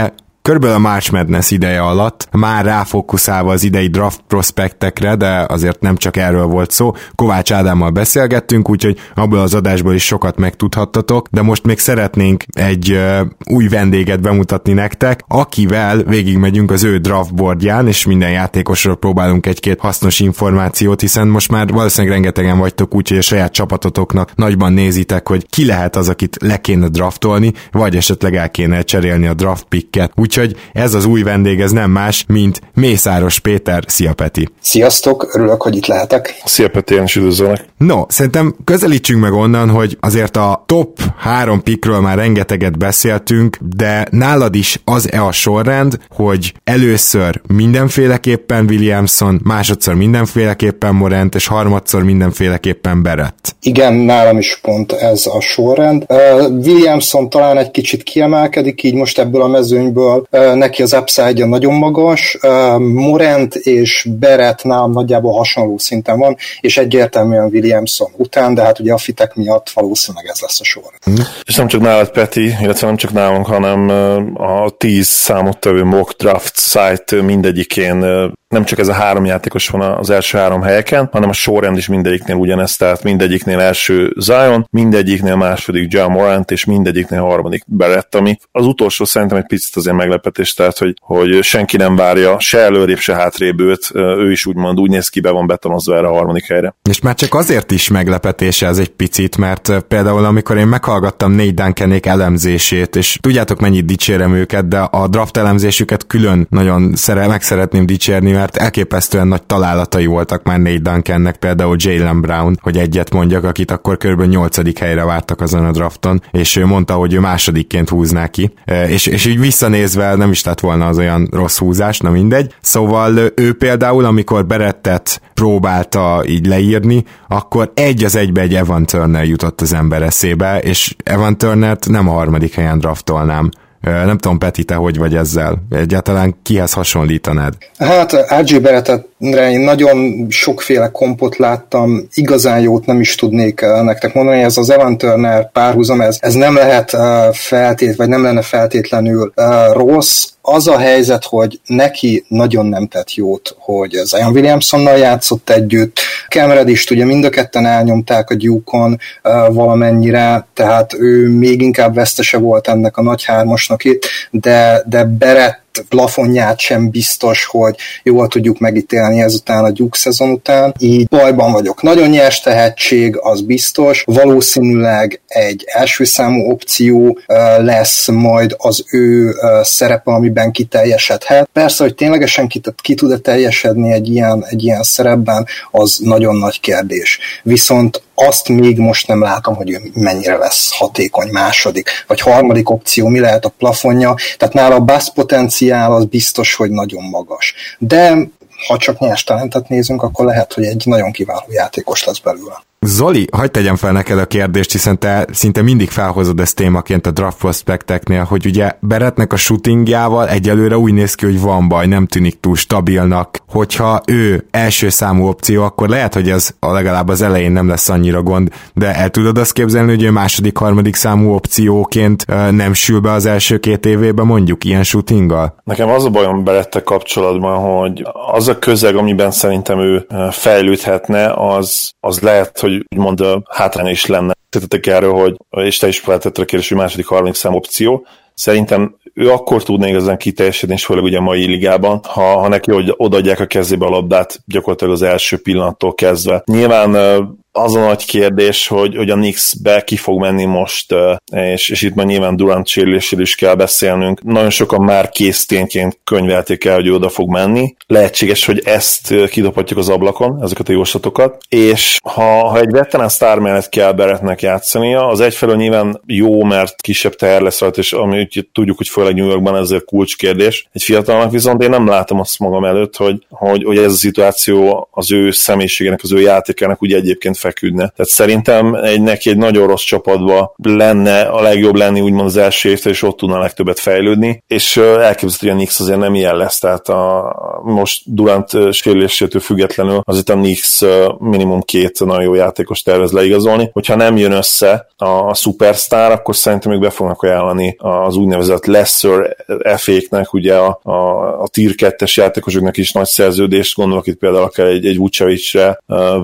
körülbelül a March Madness ideje alatt, már ráfókuszálva az idei draft prospektekre, de azért nem csak erről volt szó. Kovács Ádámmal beszélgettünk, úgyhogy abból az adásból is sokat megtudhattatok, de most még szeretnénk egy új vendéget bemutatni nektek, akivel végigmegyünk az ő draftboardján, és minden játékosról próbálunk egy-két hasznos információt, hiszen most már valószínűleg rengetegen vagytok, úgyhogy a saját csapatotoknak nagyban nézitek, hogy ki lehet az, akit le kéne draftolni, vagy esetleg el kéne cserélni a draft picket. Úgyhogy ez az új vendég, ez nem más, mint Mészáros Péter. Szia, Peti! Sziasztok, örülök, hogy itt lehetek. Szia, Peti, én is üdvözlök. No, szerintem közelítsünk meg onnan, hogy azért a top 3 pickről már rengeteget beszéltünk, de nálad is az-e a sorrend, hogy először mindenféleképpen Williamson, másodszor mindenféleképpen Morant, és harmadszor mindenféleképpen Barrett? Igen, nálam is pont ez a sorrend. Williamson talán egy kicsit kiemelkedik így most ebből a mezőnyből, neki az upside-ja nagyon magas, Morant és Barrett nálam nagyjából hasonló szinten van, és egyértelműen Williamson után, de hát ugye a fitek miatt valószínűleg ez lesz a sorrend. És nem csak nálad, Peti, illetve nem csak nálunk, hanem a 10 számottevő mock draft site mindegyikén nem csak ez a 3 játékos van az első 3 helyeken, hanem a sorrend is mindegyiknél ugyanez, tehát mindegyiknél első Zion, mindegyiknél második Ja Morant, és mindegyiknél harmadik Barrett, ami az utolsó szerintem egy picit azért meglepetés, tehát hogy senki nem várja se előrébb, se hátrébb őt, ő is úgymond úgy néz ki, be van betonozva erre a harmadik helyre. És már csak azért is meglepetése ez egy picit, mert például amikor én meghallgattam Nate Duncanék elemzését, és tudjátok mennyit dicsérem őket, de a draft elemzésüket külön nagyon meg szeretném dicsérni, mert elképesztően nagy találatai voltak már Nate Duncannek, például Jaylen Brown, hogy egyet mondjak, akit akkor kb. 8. helyre vártak azon a drafton, és ő mondta, hogy ő másodikként húzná ki, és így visszanézve nem is lett volna az olyan rossz húzás, na mindegy. Szóval ő például, amikor Barrettet próbálta így leírni, akkor egy Evan Turner jutott az ember eszébe, és Evan Turnert nem a harmadik helyen draftolnám. Nem tudom, Peti, te hogy vagy ezzel? Egyáltalán kihez hasonlítanád? Hát RJ Barrettre én nagyon sokféle kompot láttam, igazán jót nem is tudnék nektek mondani, ez az Evan Turner párhuzam, ez nem lehet vagy nem lenne feltétlenül rossz. Az a helyzet, hogy neki nagyon nem tett jót, hogy Zion Williamsonnal játszott együtt, Cam Reddish-t ugye mind a ketten elnyomták a Duke-on valamennyire, tehát ő még inkább vesztese volt ennek a nagy hármasnak itt, de Barrett plafonját sem biztos, hogy jól tudjuk megítélni ezután a Duke szezon után. Így bajban vagyok. Nagyon nyers tehetség, az biztos. Valószínűleg egy első számú opció lesz majd az ő szerepe, amiben kiteljesedhet. Persze, hogy ténylegesen ki tud-e teljesedni egy ilyen szerepben, az nagyon nagy kérdés. Viszont azt még most nem látom, hogy ő mennyire lesz hatékony második, vagy harmadik opció, mi lehet a plafonja. Tehát nála a bust potenciál az biztos, hogy nagyon magas. De ha csak nyers talentet nézünk, akkor lehet, hogy egy nagyon kiváló játékos lesz belőle. Zoli, hagyd tegyem fel neked a kérdést, hiszen te szinte mindig felhozod ezt témaként a draft prospekteknél, hogy ugye Barrettnek a shootingjával egyelőre úgy néz ki, hogy van baj, nem tűnik túl stabilnak. Hogyha ő első számú opció, akkor lehet, hogy ez legalább az elején nem lesz annyira gond, de el tudod azt képzelni, hogy ő második, harmadik számú opcióként nem sül be az első 2 évében mondjuk ilyen shootinggal? Nekem az a bajom Barrettel kapcsolatban, hogy az a közeg, amiben szerintem ő fejlődhetne, az lehet, hogy úgymond hátránya is lenne. Tettetek erről, hogy, és te is feltetted a kérdés, hogy második, harmadik szám opció. Szerintem ő akkor tudna igazán kiteljesedni, és főleg ugye a mai ligában, ha neki odaadják a kezébe a labdát gyakorlatilag az első pillanattól kezdve. Nyilván az a nagy kérdés, hogy a Knicksbe ki fog menni most, és itt már nyilván Durant sérüléséről is kell beszélnünk. Nagyon sokan már kész tényként könyvelték el, hogy oda fog menni. Lehetséges, hogy ezt kidobhatjuk az ablakon, ezeket a jóslatokat. És ha egy veterán sztár mellett kell Barrettnek játszania, az egyfelől nyilván jó, mert kisebb teher lesz rajta, és ami tudjuk, hogy főleg New Yorkban ezért kulcskérdés. Egy fiatalnak viszont én nem látom azt magam előtt, hogy ez a szituáció az ő személyiségének, az ő játékának ugye egyébként feküdne. Tehát szerintem neki egy nagyon rossz csapatba lenne a legjobb lenni, úgymond az első évtől, és ott tudna a legtöbbet fejlődni, és elképzelhető, hogy a Knicks azért nem ilyen lesz, tehát most Durant sérülésétől függetlenül azért a Knicks minimum 2 nagyon jó játékos tervez leigazolni. Hogyha nem jön össze a szupersztár, akkor szerintem ők be fognak ajánlani az úgynevezett lesser FA-knek, ugye a tier 2-es játékosoknak is nagy szerződést, gondolok itt például akár egy Vucevicre,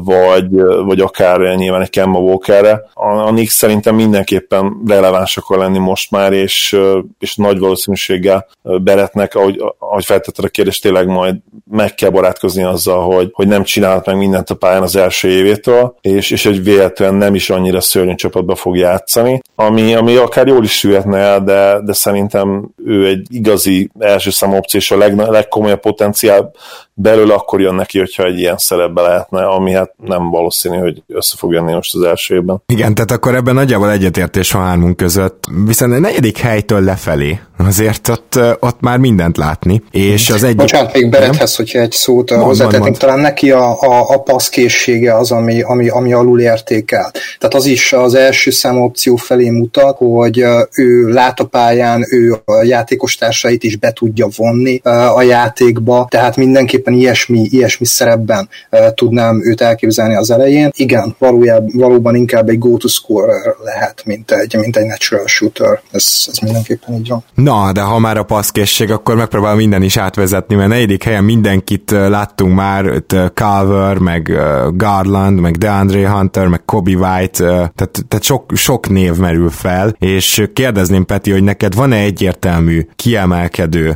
vagy akár nyilván egy Kemba Walkerre. A Knicks szerintem mindenképpen releváns akar lenni most már, és nagy valószínűséggel Barrettnek, ahogy feltetted a kérdést, tényleg majd meg kell barátkozni azzal, hogy nem csinálhat meg mindent a pályán az első évétől, és egy véletlenül nem is annyira szörnyű csapatba fog játszani, ami akár jól is sülhetne el, de szerintem ő egy igazi első számú opció, és a legkomolyabb potenciál belőle akkor jön neki, hogyha egy ilyen szerepbe lehetne, ami hát nem valószínű, hogy össze fog jönni most az első évben. Igen, tehát akkor ebben nagyjából egyetértés van hármunk között, viszont a 4. helytől lefelé azért ott már mindent látni, és az egyik... Bocsánat, még Barretthez, hogyha egy szót hozzátettünk, talán neki a passzkészsége az, ami alul értékel. Tehát az is az első számú opció felé mutat, hogy ő lát a pályán, ő a játékostársait is be tudja vonni a játékba, tehát mindenképpen ilyesmi szerepben tudnám őt elképzelni az elején. Igen, valóban inkább egy go-to-scorer lehet, mint egy natural shooter. Ez mindenképpen így van. Na, de ha már a passzkészség, akkor megpróbál minden is átvezetni, mert 4. helyen mindenkit láttunk már, Culver, meg Garland, meg DeAndre Hunter, meg Kobe White, tehát sok név merül fel, és kérdezném, Peti, hogy neked van-e egyértelmű, kiemelkedő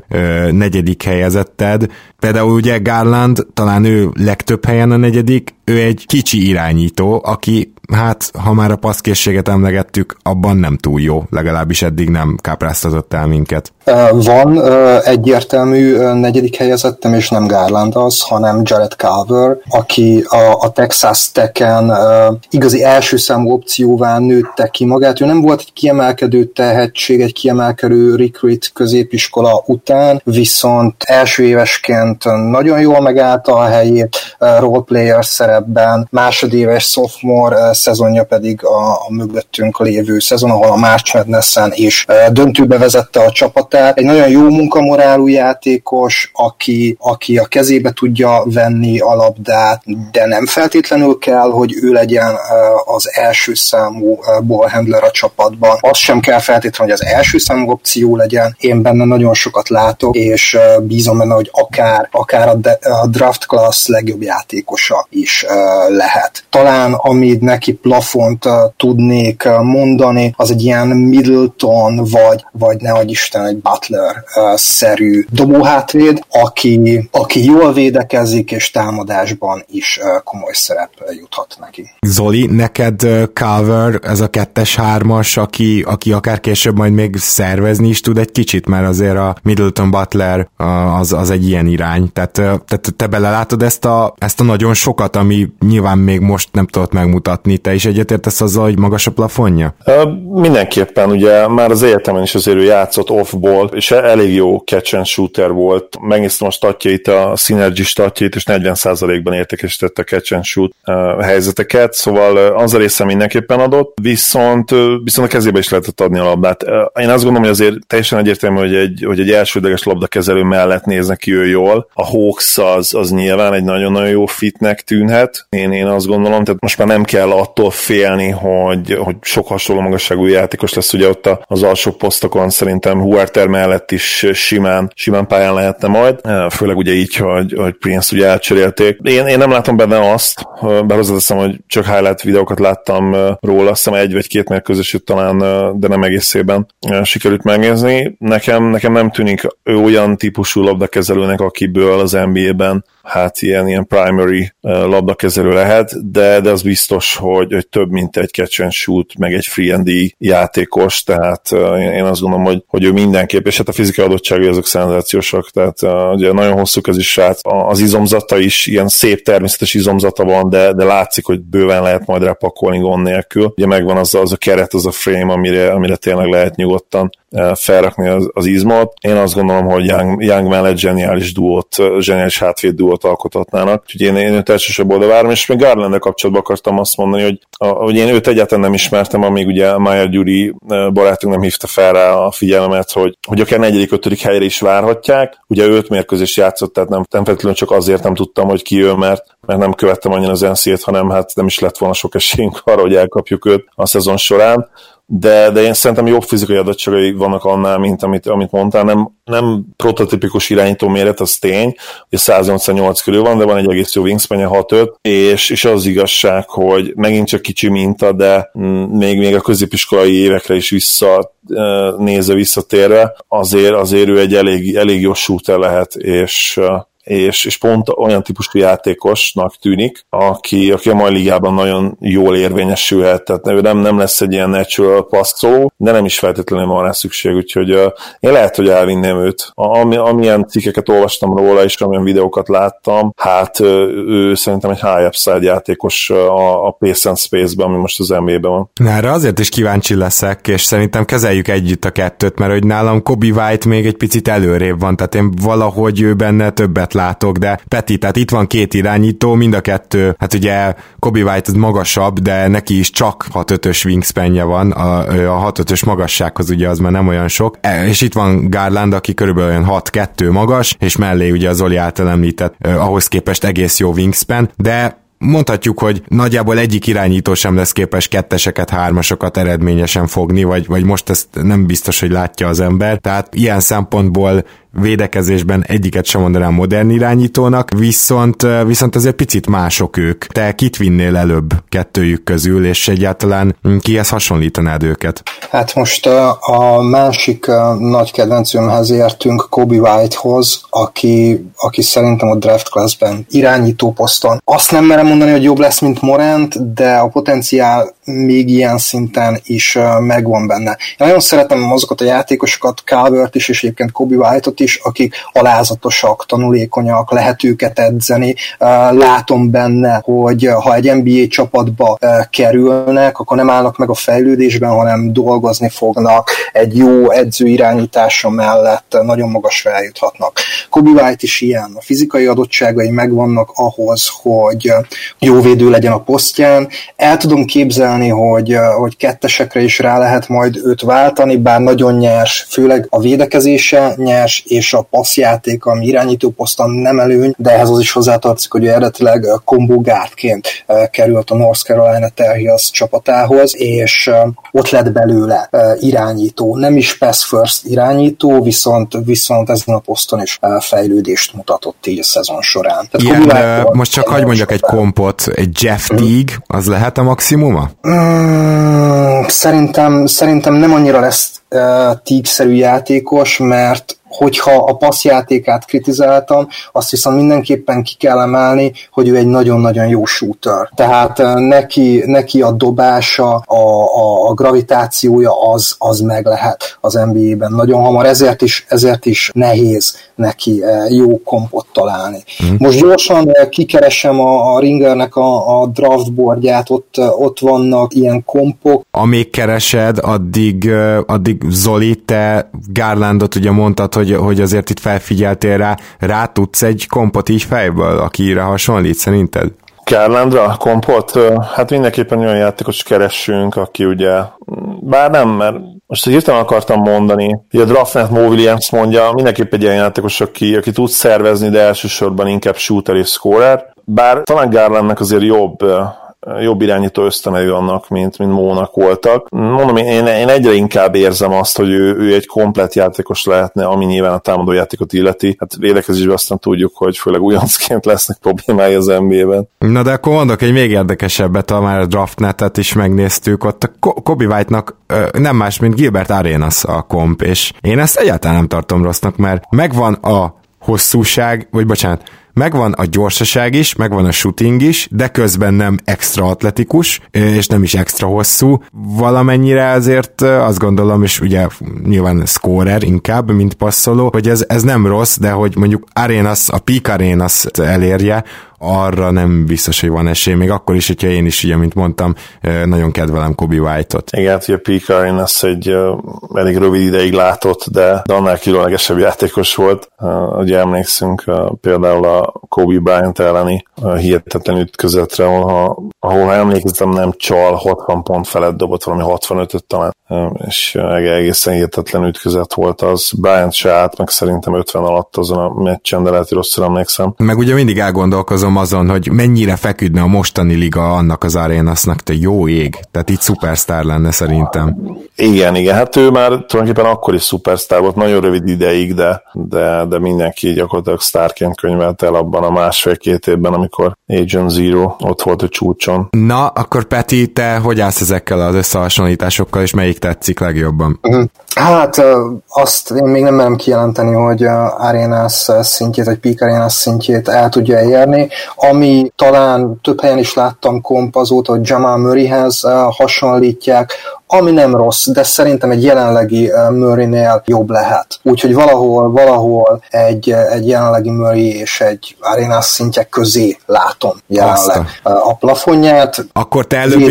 4. helyezetted? Például ugye Garland, talán ő legtöbb helyen a 4., ő egy kicsi irányító, aki, hát, ha már a passzkészséget emlegettük, abban nem túl jó, legalábbis eddig nem kápráztatott el minket. Van egyértelmű 4. helyezettem, és nem Garland az, hanem Jared Culver, aki a Texas Tech-en igazi első számú opcióvá nőtte ki magát. Ő nem volt egy kiemelkedő tehetség, egy kiemelkedő recruit középiskola után, viszont első évesként nagyon jól megállta a helyét roleplayer szerepben, másodéves sophomore szezonja pedig a mögöttünk lévő szezon, ahol a March Madness-en is döntőbe vezette a csapatát. Egy nagyon jó munkamorálú játékos, aki a kezébe tudja venni a labdát, de nem feltétlenül kell, hogy ő legyen az első számú ballhandler a csapatban. Az sem kell feltétlenül, hogy az első számú opció legyen. Én benne nagyon sokat látok, és bízom benne, hogy akár a draft class legjobb játékosa is lehet. Talán amit neki plafont tudnék mondani, az egy ilyen Middleton, vagy nehogy Isten, egy Butler-szerű dobóhátvéd, aki jól védekezik, és támadásban is komoly szerep juthat neki. Zoli, neked Culver, ez a 2-3-as, aki akár később majd még szervezni is tud egy kicsit, mert azért a Middleton Butler az egy ilyen irány. Tehát te belelátod ezt a nagyon sokat, ami nyilván még most nem tudod megmutatni. Te is egyetértesz azzal, hogy magas a plafonja? Mindenképpen, ugye már az egyetemen is azért ő játszott off-ball, és elég jó catch and shooter volt. Megnéztem a statjait, a Synergy statjait, és 40%-ban értékesítette a catch and shoot helyzeteket, szóval az a része mindenképpen adott, viszont a kezébe is lehetett adni a labdát. Én azt gondolom, hogy azért teljesen egyértelmű, hogy egy elsődleges labdakezelő mellett néznek ki ő jól. A Hawks az nyilván egy nagyon-nagyon jó fitnek tűnhet. Én azt gondolom, tehát most már nem kell attól félni, hogy sok hasonló magasságú játékos lesz, ugye ott az alsó posztokon szerintem Huerter mellett is simán pályán lehetne majd, főleg ugye így, hogy Prince ugye elcserélték. Én nem látom benne azt, bár hozzáteszem, hogy csak highlight videókat láttam róla, azt hiszem 1 vagy 2 mérkőzését talán, de nem egészében sikerült megnézni. Nekem nem tűnik ő olyan típusú labdakezelőnek, akiből az NBA-ben hát ilyen primary labdakezelő lehet, de az biztos, hogy több, mint egy catch and shoot, meg egy free and D játékos, tehát én azt gondolom, hogy ő mindenképp, és hát a fizikai adottságai azok szenzációsak, tehát ugye nagyon hosszú kezű srác, az izomzata is, ilyen szép természetes izomzata van, de látszik, hogy bőven lehet majd repakolni gond nélkül. Ugye megvan az a keret, az a frame, amire tényleg lehet nyugodtan felrakni az izmot. Én azt gondolom, hogy Young mellett zseniális hátvéd duót alkothatnának. Úgyhogy én őt elsősorban oda várom, és még Garland-el kapcsolatban akartam azt mondani, hogy én őt egyáltalán nem ismertem, amíg ugye Mayer Gyuri barátunk nem hívta fel rá a figyelmet, hogy akár 4.-5. helyre is várhatják. Ugye 5 mérkőzést játszott, tehát nem feltétlenül csak azért nem tudtam, hogy ki ő, mert nem követtem annyira az NCAA-t, hanem hát nem is lett volna sok esélyünk arra, hogy elkapjuk őt a szezon során. De én szerintem jobb fizikai adottságai vannak annál, mint amit mondtál. Nem prototipikus irányító méret, az tény, hogy 188 körül van, de van egy egész jó wingspanje, 6-5, és az igazság, hogy megint csak kicsi minta, de még a középiskolai évekre is visszatérve, azért ő egy elég jó shooter lehet, és pont olyan típusú játékosnak tűnik, aki a mai ligában nagyon jól érvényesülhet, tehát ő nem lesz egy ilyen natural passzoló, de nem is feltétlenül van rá szükség, úgyhogy én lehet, hogy elvinném őt. Amilyen cikkeket olvastam róla, és amilyen videókat láttam, hát ő szerintem egy high upside játékos a Pace and Space-ben, ami most az NBA-ben van. Erre azért is kíváncsi leszek, és szerintem kezeljük együtt a kettőt, mert hogy nálam Kobe White még egy picit előrébb van, tehát én valahogy ő benne többet látok, de Peti, tehát itt van 2 irányító, mind a kettő, hát ugye Kobe White az magasabb, de neki is csak 6-5-ös wingspanje van, a 6-5-ös magassághoz ugye az már nem olyan sok, és itt van Garland, aki körülbelül olyan 6-2 magas, és mellé ugye az Zoli által említett ahhoz képest egész jó wingspan, de mondhatjuk, hogy nagyjából egyik irányító sem lesz képes 2-eseket, 3-asokat eredményesen fogni, vagy most ezt nem biztos, hogy látja az ember, tehát ilyen szempontból védekezésben egyiket sem mondanám modern irányítónak, viszont azért picit mások ők. Te kit vinnél előbb kettőjük közül, és egyáltalán kihez hasonlítanád őket? Hát most a másik nagy kedvencőmhez értünk, Kobe Whitehoz, aki szerintem a draft classben irányító poszton. Azt nem merem mondani, hogy jobb lesz, mint Morant, de a potenciál még ilyen szinten is megvan benne. Én nagyon szeretem azokat a játékosokat, Calvert is, és egyébként Kobe White-ot is, akik alázatosak, tanulékonyak, lehet őket edzeni. Látom benne, hogy ha egy NBA csapatba kerülnek, akkor nem állnak meg a fejlődésben, hanem dolgozni fognak, egy jó edző irányítása mellett nagyon magasra eljuthatnak. Kobe White is ilyen. A fizikai adottságai megvannak ahhoz, hogy jó védő legyen a posztján. El tudom képzelni, hogy 2-esekre is rá lehet majd őt váltani, bár nagyon nyers, főleg a védekezése nyers, és a passzjáték, ami irányító poszton nem előny, de ehhez az is hozzátartozik, hogy eredetileg combo guardként került a North Carolina Tar Heels csapatához, és ott lett belőle irányító. Nem is pass first irányító, viszont ezen a poszton is fejlődést mutatott így a szezon során. Igen, most csak hagyj mondjak egy kompot, egy Jeff Teague, az lehet a maximuma? Szerintem nem annyira lesz Teague-szerű játékos, mert hogyha a passzjátékát kritizáltam, azt viszont mindenképpen ki kell emelni, hogy ő egy nagyon-nagyon jó shooter. Tehát neki a dobása, a gravitációja az meg lehet az NBA-ben nagyon hamar, ezért is nehéz neki jó kompot találni. Most gyorsan kikeresem a Ringernek a draftboardját, ott vannak ilyen kompok. Amíg keresed, addig Zoli, te Garlandot ugye mondtad, hogy azért itt felfigyeltél rá tudsz egy kompot így fejből, akire hasonlít szerinted? Garlandra kompot? Hát mindenképpen olyan játékos keressünk, aki ugye, bár nem, mert most hirtelen akartam mondani, hogy a Draftnet Mo Williams mondja, mindenképp egy ilyen játékos, aki tud szervezni, de elsősorban inkább shooter és scorer, bár talán Garlandnek azért jobb irányító ösztönei annak, mint Mónak voltak. Mondom, én egyre inkább érzem azt, hogy ő egy komplett játékos lehetne, ami nyilván a támadó játékot illeti. Hát védekezésben aztán tudjuk, hogy főleg újoncként lesznek problémái az NBA-ben. Na de akkor mondok egy még érdekesebbet, ha már a Draftnetet is megnéztük, ott a Kobe White-nak nem más, mint Gilbert Arenas a komp, és én ezt egyáltalán nem tartom rossznak, mert megvan a hosszúság, megvan a gyorsaság is, megvan a shooting is, de közben nem extra atletikus, és nem is extra hosszú. Valamennyire azért azt gondolom, és ugye nyilván scorer inkább, mint passzoló, hogy ez nem rossz, de hogy mondjuk Arenas, a peak Arenas elérje, arra nem biztos, hogy van esély, még akkor is, hogyha én is, ugye, mint mondtam, nagyon kedvelem Kobe White-ot. Igen, ugye P.K. Arenas egy elég rövid ideig látott, de annál különlegesebb játékos volt. Ugye emlékszünk például a Kobe Bryant elleni hihetetlen ütközetre, ahol emlékeztem, nem csal, 60 pont felett dobott, valami 65-öt talán, és egészen hihetetlen ütközet volt az. Bryant se állt, meg szerintem 50 alatt azon a meccsen, de lehet, hogy rosszul emlékszem. Meg ugye mindig elgondolkozom azon, hogy mennyire feküdne a mostani liga annak az Arenasnak, te jó ég. Tehát itt szupersztár lenne szerintem. Igen, hát ő már tulajdonképpen akkor is szupersztár volt, nagyon rövid ideig, de mindenki gyakorlatilag sztárként könyvelt el abban a másfél-két évben, amikor Agent Zero ott volt a csúcson. Na, akkor Peti, te hogy állsz ezekkel az összehasonlításokkal, és melyik tetszik legjobban? Hát azt én még nem merem kijelenteni, hogy Arenas szintjét, vagy Peak Arenas szintjét el tudja érni. Ami talán több helyen is láttam komp azóta, hogy Jamal Murrayhez hasonlítják, ami nem rossz, de szerintem egy jelenlegi Murraynél jobb lehet. Úgyhogy valahol egy jelenlegi Murray és egy Arenas szintjek közé látom jelenleg a plafonját. Akkor te előbb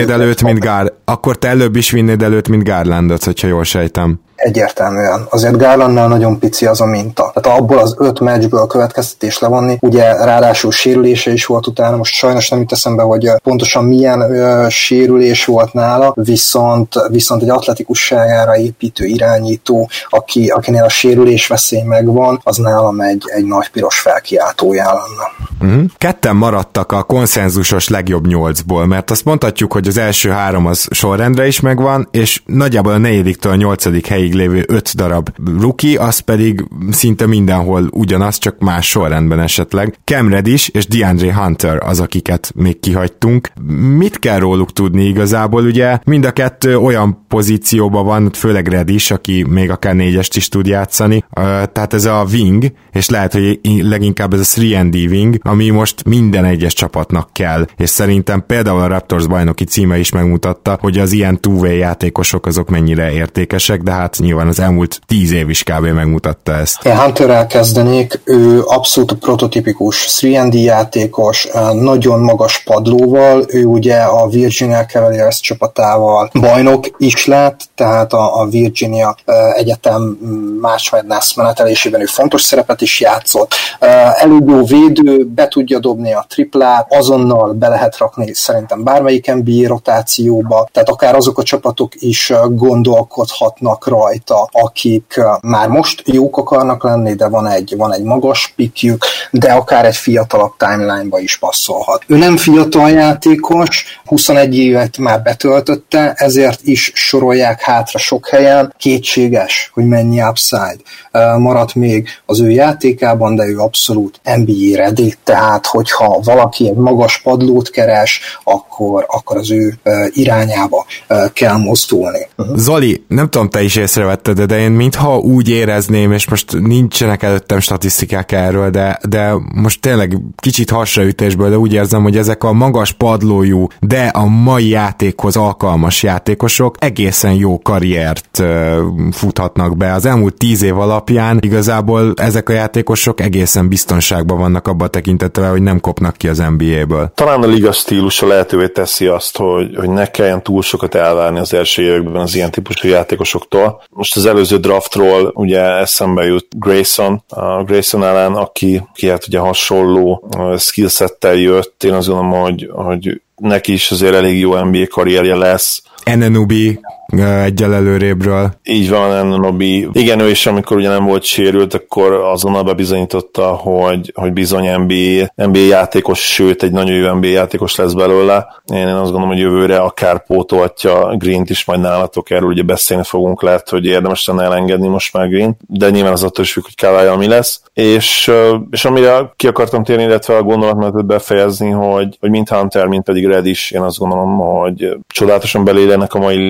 is vinnéd előtt, mint Garlandot, hogyha jól sejtem. Egyértelműen. Azért Garlandnál nagyon pici az a minta. Tehát abból az 5 meccsből következtetés levonni, ugye ráadásul sérülése is volt utána, most sajnos nem jut eszembe, hogy pontosan milyen sérülés volt nála, viszont egy atletikusságára építő irányító, akinél a sérülés veszély megvan, az nálam egy nagy piros felkiáltójá lenne. Ketten maradtak a konszenzusos legjobb 8-ból, mert azt mondhatjuk, hogy az első 3 az sorrendre is megvan, és nagyjából a 4-től a 8. helyig lévő 5 darab rookie, az pedig szinte mindenhol ugyanaz, csak más sorrendben esetleg. Cam Reddish és DeAndre Hunter az, akiket még kihagytunk. Mit kell róluk tudni igazából? Ugye mind a kettő olyan pozícióban van, főleg Reddish, aki még akár 4-est is tud játszani. Tehát ez a wing, és lehet, hogy leginkább ez a 3&D wing, ami most minden egyes csapatnak kell. És szerintem például a Raptors bajnoki címe is megmutatta, hogy az ilyen two-way játékosok azok mennyire értékesek, de hát nyilván az elmúlt 10 év is kb. Megmutatta ezt. Én Hunterrel kezdenék, ő abszolút prototipikus 3&D játékos, nagyon magas padlóval, ő ugye a Virginia Cavaliers csapatával bajnok is lett, tehát a Virginia egyetem March Madness menetelésében ő fontos szerepet is játszott. Elég jó védő, be tudja dobni a triplát, azonnal be lehet rakni szerintem bármelyik NBA rotációba, tehát akár azok a csapatok is gondolkodhatnak rajta, akik már most jók akarnak lenni, de van egy magas pikjük, de akár egy fiatalabb timeline-ba is passzolhat. Ő nem fiatal játékos, 21 évet már betöltötte, ezért is sorolják hátra sok helyen. Kétséges, hogy mennyi upside maradt még az ő játékában, de ő abszolút NBA ready, tehát hogyha valaki egy magas padlót keres, akkor az ő irányába kell mozdulni. Zoli, nem tudom, te is észrevetted, de én mintha úgy érezném, és most nincsenek előttem statisztikák erről, de most tényleg kicsit hasraütésből, de úgy érzem, hogy ezek a magas padlójú, de a mai játékhoz alkalmas játékosok egészen jó karriert futhatnak be. Az elmúlt 10 év alapján igazából ezek a játékosok egészen biztonságban vannak abban a tekintetben, hogy nem kopnak ki az NBA-ből. Talán a liga stílusa lehetővé teszi azt, hogy ne kelljen túl sokat elvárni az első években az ilyen típusú játékosoktól. Most az előző draftról ugye eszembe jut Grayson, a Grayson ellen, aki hát ugye hasonló skillsettel jött. Én azt gondolom, hogy neki is azért elég jó NBA karrierje lesz. Anunoby egyel előrébről. Így van, Anunoby. Igen, ő is, amikor ugye nem volt sérült, akkor azonnal bebizonyította, hogy bizony NBA játékos, sőt, egy nagyon jó NBA játékos lesz belőle. Én azt gondolom, hogy jövőre akár pótolhatja Greent is, majd nálatok erről ugye beszélni fogunk, lehet, hogy érdemes lenne elengedni most már Greent, de nyilván az attól is függ, hogy Kyle mi lesz. És amire ki akartam térni, illetve a gondolatmenetet befejezni, hogy mind Hunter, mind pedig Reddish, én azt gondolom, hogy csodálatosan belélenek a mai ligába.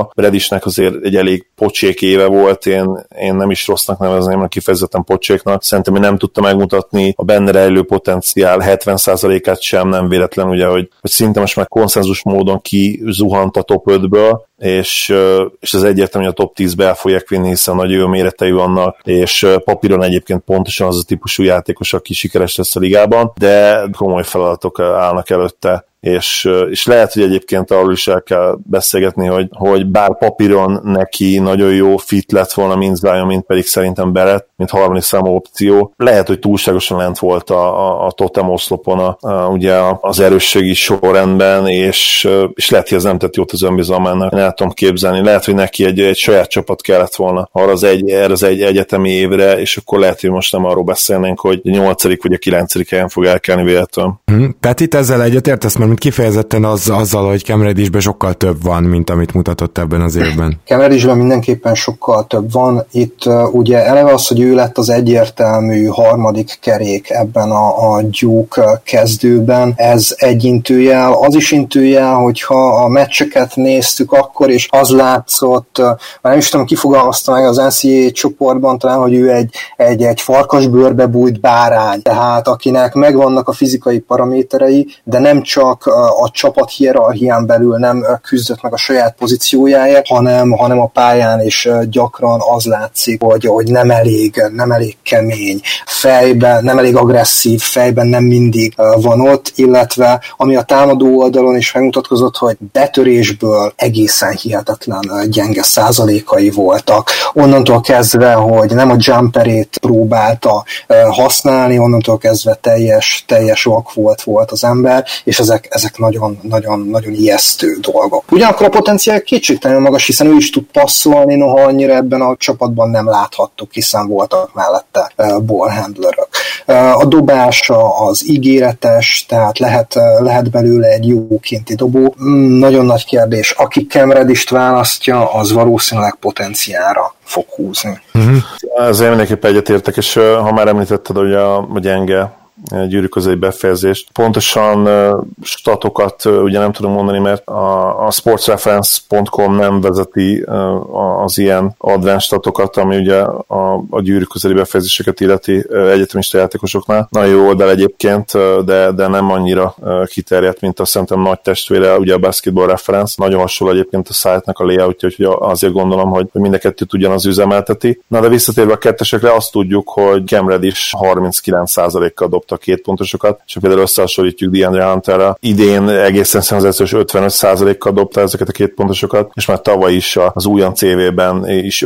hiába. Reddichnek azért egy elég pocsék éve volt, én nem is rossznak nevezném, hanem kifejezetten pocséknak. Szerintem nem tudta megmutatni a benne rejlő potenciál 70%-át sem, nem véletlen, ugye, hogy szinte most már konszenzus módon kizuhant a top 5-ből, és ez egyértelmű, hogy a top 10-be el fogják vinni, hiszen nagy jó méretei vannak, és papíron egyébként pontosan az a típusú játékos, aki sikeres lesz a ligában, de komoly feladatok állnak előtte. És lehet, hogy egyébként arról is el kell beszélgetni, hogy bár papíron neki nagyon jó fit lett volna mint Zion, mint pedig szerintem Barrett, mint harmadik számú opció. Lehet, hogy túlságosan lent volt a totem oszlopon ugye az erősségi sorrendben, és lehet, hogy ez nem tett jót az önbizalmának. Én el tudom képzelni. Lehet, hogy neki egy saját csapat kellett volna erre az egy egyetemi évre, és akkor lehet, hogy most nem arról beszélnénk, hogy a 8. vagy a 9. helyen fog elkelni véletlenül. Tehát itt ezzel egyetértesz, mert kifejezetten azzal, hogy Cam Reddichben sokkal több van, mint amit mutatott ebben az évben. Cam Reddichben mindenképpen sokkal több van. Itt ugye eleve az, hogy ő lett az egyértelmű harmadik kerék ebben a Duke kezdőben, ez egy intőjel. Az is intőjel, hogyha a meccseket néztük akkor, és az látszott, már nem is tudom, ki fogalmazta meg az NCAA csoportban, talán, hogy ő egy farkasbőrbe bújt bárány, tehát akinek megvannak a fizikai paraméterei, de nem csak a csapat hierarchián belül nem küzdött meg a saját pozíciójáért, hanem a pályán is gyakran az látszik, hogy nem elég kemény, fejben nem elég agresszív, fejben nem mindig van ott, illetve ami a támadó oldalon is megmutatkozott, hogy betörésből egészen hihetetlen gyenge százalékai voltak. Onnantól kezdve, hogy nem a jumperét próbálta használni, onnantól kezdve teljes vak volt az ember, és ezek nagyon ijesztő dolgok. Ugyanakkor a potenciál kétségtelenül magas, hiszen ő is tud passzolni, noha annyira ebben a csapatban nem láthattuk, hiszen voltak mellette ballhandlerök. A dobása az ígéretes, tehát lehet belőle egy jó kinti dobó. Nagyon nagy kérdés. Aki Cam Reddicht választja, az valószínűleg potenciálra fog húzni. Ezzel mindenképpen egyetértek, és ha már említetted, hogy a gyenge gyűrű közeli befejezést. Pontosan statokat ugye nem tudom mondani, mert a sportsreference.com nem vezeti az ilyen advanced statokat, ami ugye a gyűrű közeli befejezéseket illeti egyetemista játékosoknál. Nagyon jó oldal egyébként, de nem annyira kiterjedt, mint a szerintem nagy testvére, ugye a Basketball Reference. Nagyon hasonló egyébként a site-nak a layoutja, úgyhogy azért gondolom, hogy mind a kettőt ugyanaz üzemelteti. Na de visszatérve a kettesekre, azt tudjuk, hogy Cam Reddish 39%-kal dobta a 2 pontosokat, és például összehasonlítjuk DeAndre Hunterrel. Idén egészen szenzációs 55%-kal dobta ezeket a 2 pontosokat, és már tavaly is az újon CV-ben is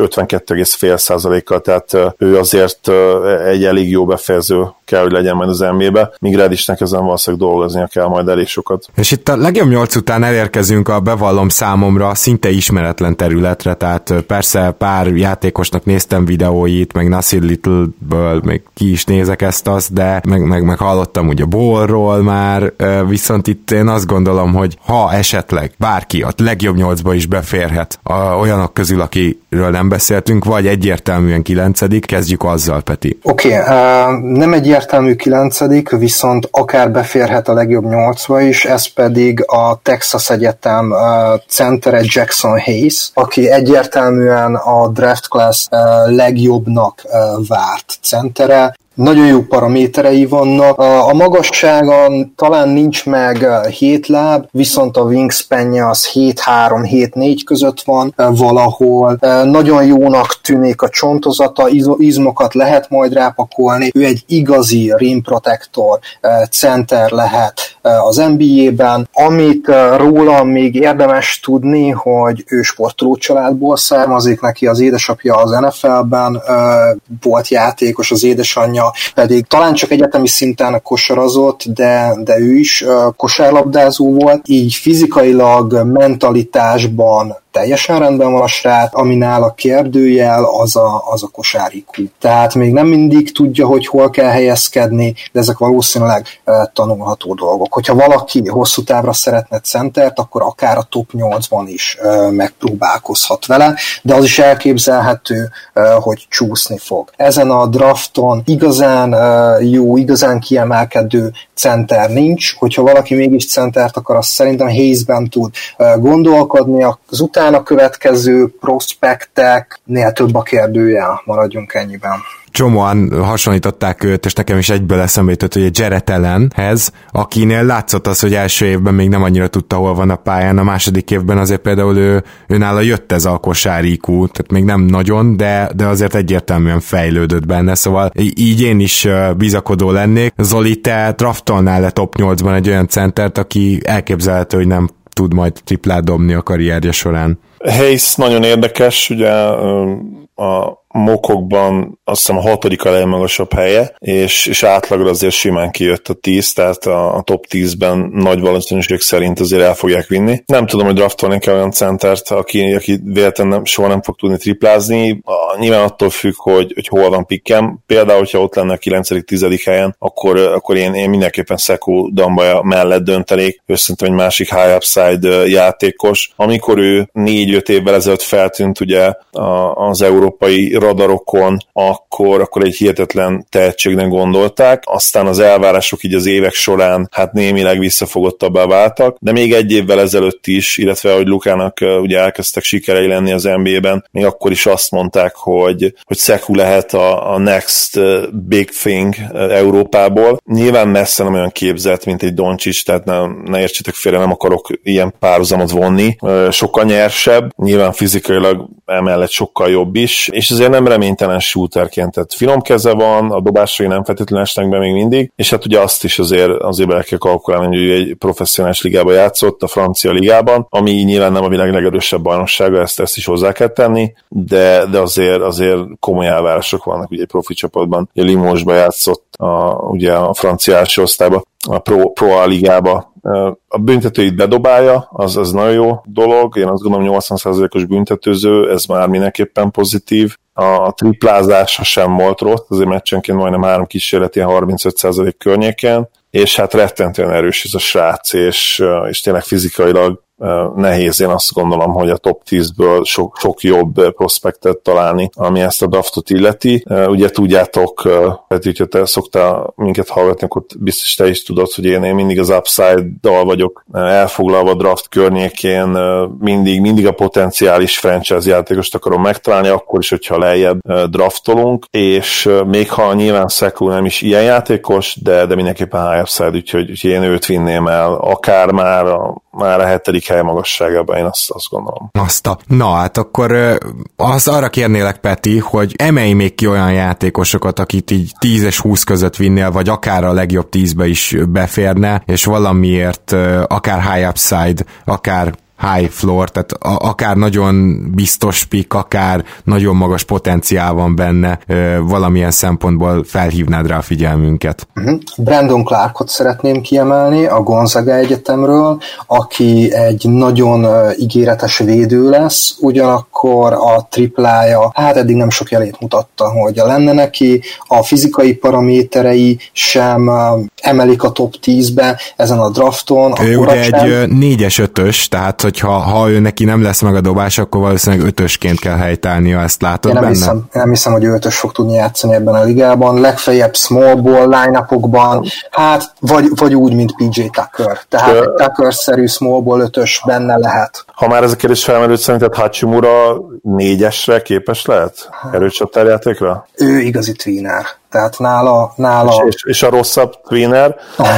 52,5%-kal, tehát ő azért egy elég jó befejező kell, hogy legyen majd az NBA-be, míg Reddichnek ezen valószínűleg dolgoznia kell majd elég sokat. És itt a legjobb 8 után elérkezünk a bevallom számomra szinte ismeretlen területre, tehát persze pár játékosnak néztem videóit, meg Nasir Little-ből, meg ki is nézek ezt-azt, de meg hallottam ugye Ballról már, viszont itt én azt gondolom, hogy ha esetleg bárki a legjobb 8-ba is beférhet olyanok közül, akiről nem beszéltünk, vagy egyértelműen 9, kezdjük azzal, Peti. Oké, nem egyértelmű 9, viszont akár beférhet a legjobb 8-ba is, ez pedig a Texas Egyetem centere Jackson Hayes, aki egyértelműen a draft class legjobbnak várt centere. Nagyon jó paraméterei vannak. A magasságon talán nincs meg 7 láb, viszont a wingspanje az 7-3-7-4 között van valahol. Nagyon jónak tűnik a csontozata, izmokat lehet majd rápakolni. Ő egy igazi rim protector center lehet az NBA-ben. Amit róla még érdemes tudni, hogy ő sportoló családból származik, neki az édesapja az NFL-ben volt játékos, az édesanyja pedig talán csak egyetemi szinten kosarazott, de ő is kosárlabdázó volt, így fizikailag, mentalitásban teljesen rendben van a srác, ami nála kérdőjel, az a kosárikú. Tehát még nem mindig tudja, hogy hol kell helyezkedni, de ezek valószínűleg tanulható dolgok. Hogyha valaki hosszú távra szeretne centert, akkor akár a top 8-ban is megpróbálkozhat vele, de az is elképzelhető, hogy csúszni fog. Ezen a drafton igazán jó, igazán kiemelkedő center nincs, hogyha valaki mégis centert akar, azt szerintem Hayesben tud gondolkodni, az utána következő prospekteknél több a kérdőjel, maradjunk ennyiben. Csomóan hasonlították őt, és nekem is egyből eszembe jutott, hogy egy Jarrett Allenhez, akinél látszott az, hogy első évben még nem annyira tudta, hol van a pályán, a második évben azért például őnála jött ez a kosár IQ, tehát még nem nagyon, de azért egyértelműen fejlődött benne, szóval így én is bizakodó lennék. Zoli, te draftolnál le top 8-ban egy olyan centert, aki elképzelhető, hogy nem tud majd triplát dobni a karrierje során. Hayes nagyon érdekes, ugye a mokokban azt hiszem a 6. a legmagasabb helye, és átlagra azért simán kijött a 10, tehát a top 10-ben nagy valószínűség szerint azért el fogják vinni. Nem tudom, hogy draftolni kell olyan centert, aki véletlenül soha nem fog tudni triplázni. Nyilván attól függ, hogy hol van pikkem. Például, hogyha ott lenne a 9.-10. helyen, akkor én mindenképpen Sekou Doumbouya mellett döntenék. Ő szerintem egy másik high upside játékos. Amikor ő 4-5 évvel ezelőtt feltűnt ugye az európai radarokon, akkor egy hihetetlen tehetségnek gondolták, aztán az elvárások így az évek során hát némileg visszafogottabbá váltak, de még egy évvel ezelőtt is, illetve hogy Lukának ugye elkezdtek sikerei lenni az NBA-ben, még akkor is azt mondták, hogy Sekou lehet a next big thing Európából. Nyilván messze nem olyan képzett, mint egy Doncic, tehát ne értsétek félre, nem akarok ilyen párhuzamot vonni. Sokkal nyersebb, nyilván fizikailag emellett sokkal jobb is, és azért nem reménytelen shooterként, tehát finom keze van, a dobásai nem feltétlenül esnek be még mindig, és hát ugye azt is azért bele kell kalkulálni, hogy egy professzionális ligában játszott, a francia ligában, ami nyilván nem a világ legerősebb bajnoksága, ezt is hozzá kell tenni, de azért komoly elvárások vannak ugye egy profi csapatban. Ugye Limogesban játszott ugye a francia első osztályban, a Pro A ligába. A büntetőit bedobálja, az nagyon jó dolog, én azt gondolom 80%-os büntetőző, ez már mindenképpen pozitív. A triplázása sem volt rossz, azért meccsenként majdnem 3 kísérlet, ilyen 35% környéken, és hát rettentően erős ez a srác, és tényleg fizikailag nehéz, én azt gondolom, hogy a top 10-ből sok jobb prospektet találni, ami ezt a draftot illeti. Ugye tudjátok, hogyha te szoktál minket hallgatni, akkor biztos te is tudod, hogy én mindig az upside-dal vagyok elfoglalva a draft környékén, mindig a potenciális franchise játékost akarom megtalálni, akkor is, hogyha lejjebb draftolunk, és még ha nyilván Sekou nem is ilyen játékos, de mindenképpen high upside, úgyhogy én őt vinném el, akár már a 7. hely magasságában, én azt gondolom. Na hát akkor arra kérnélek, Peti, hogy emelj még ki olyan játékosokat, akit így 10 és 20 között vinnél, vagy akár a legjobb 10-be is beférne, és valamiért akár high upside, akár high floor, tehát akár nagyon biztos pick, akár nagyon magas potenciál van benne, valamilyen szempontból felhívnád rá a figyelmünket. Brandon Clarkot szeretném kiemelni a Gonzaga Egyetemről, aki egy nagyon ígéretes védő lesz, ugyanakkor a triplája, hát eddig nem sok jelét mutatta, hogy lenne neki, a fizikai paraméterei sem emelik a top 10-be ezen a drafton. Ő ugye egy 4-es 5-ös, tehát hogyha ő neki nem lesz meg a dobás, akkor valószínűleg 5-ösként kell helytállnia, ezt látod benne? Nem hiszem, hogy 5-ös fog tudni játszani ebben a ligában, legfeljebb small ball line-upokban, hát vagy úgy, mint PJ Tucker, tehát egy Tucker-szerű small ball 5-ös benne lehet. Ha már ez a kérdés felmerült, szerinted Hachimura 4-esre képes lehet? Erőcsatárjátékra? Ő igazi tweener. Tehát nála... És a rosszabb tweener,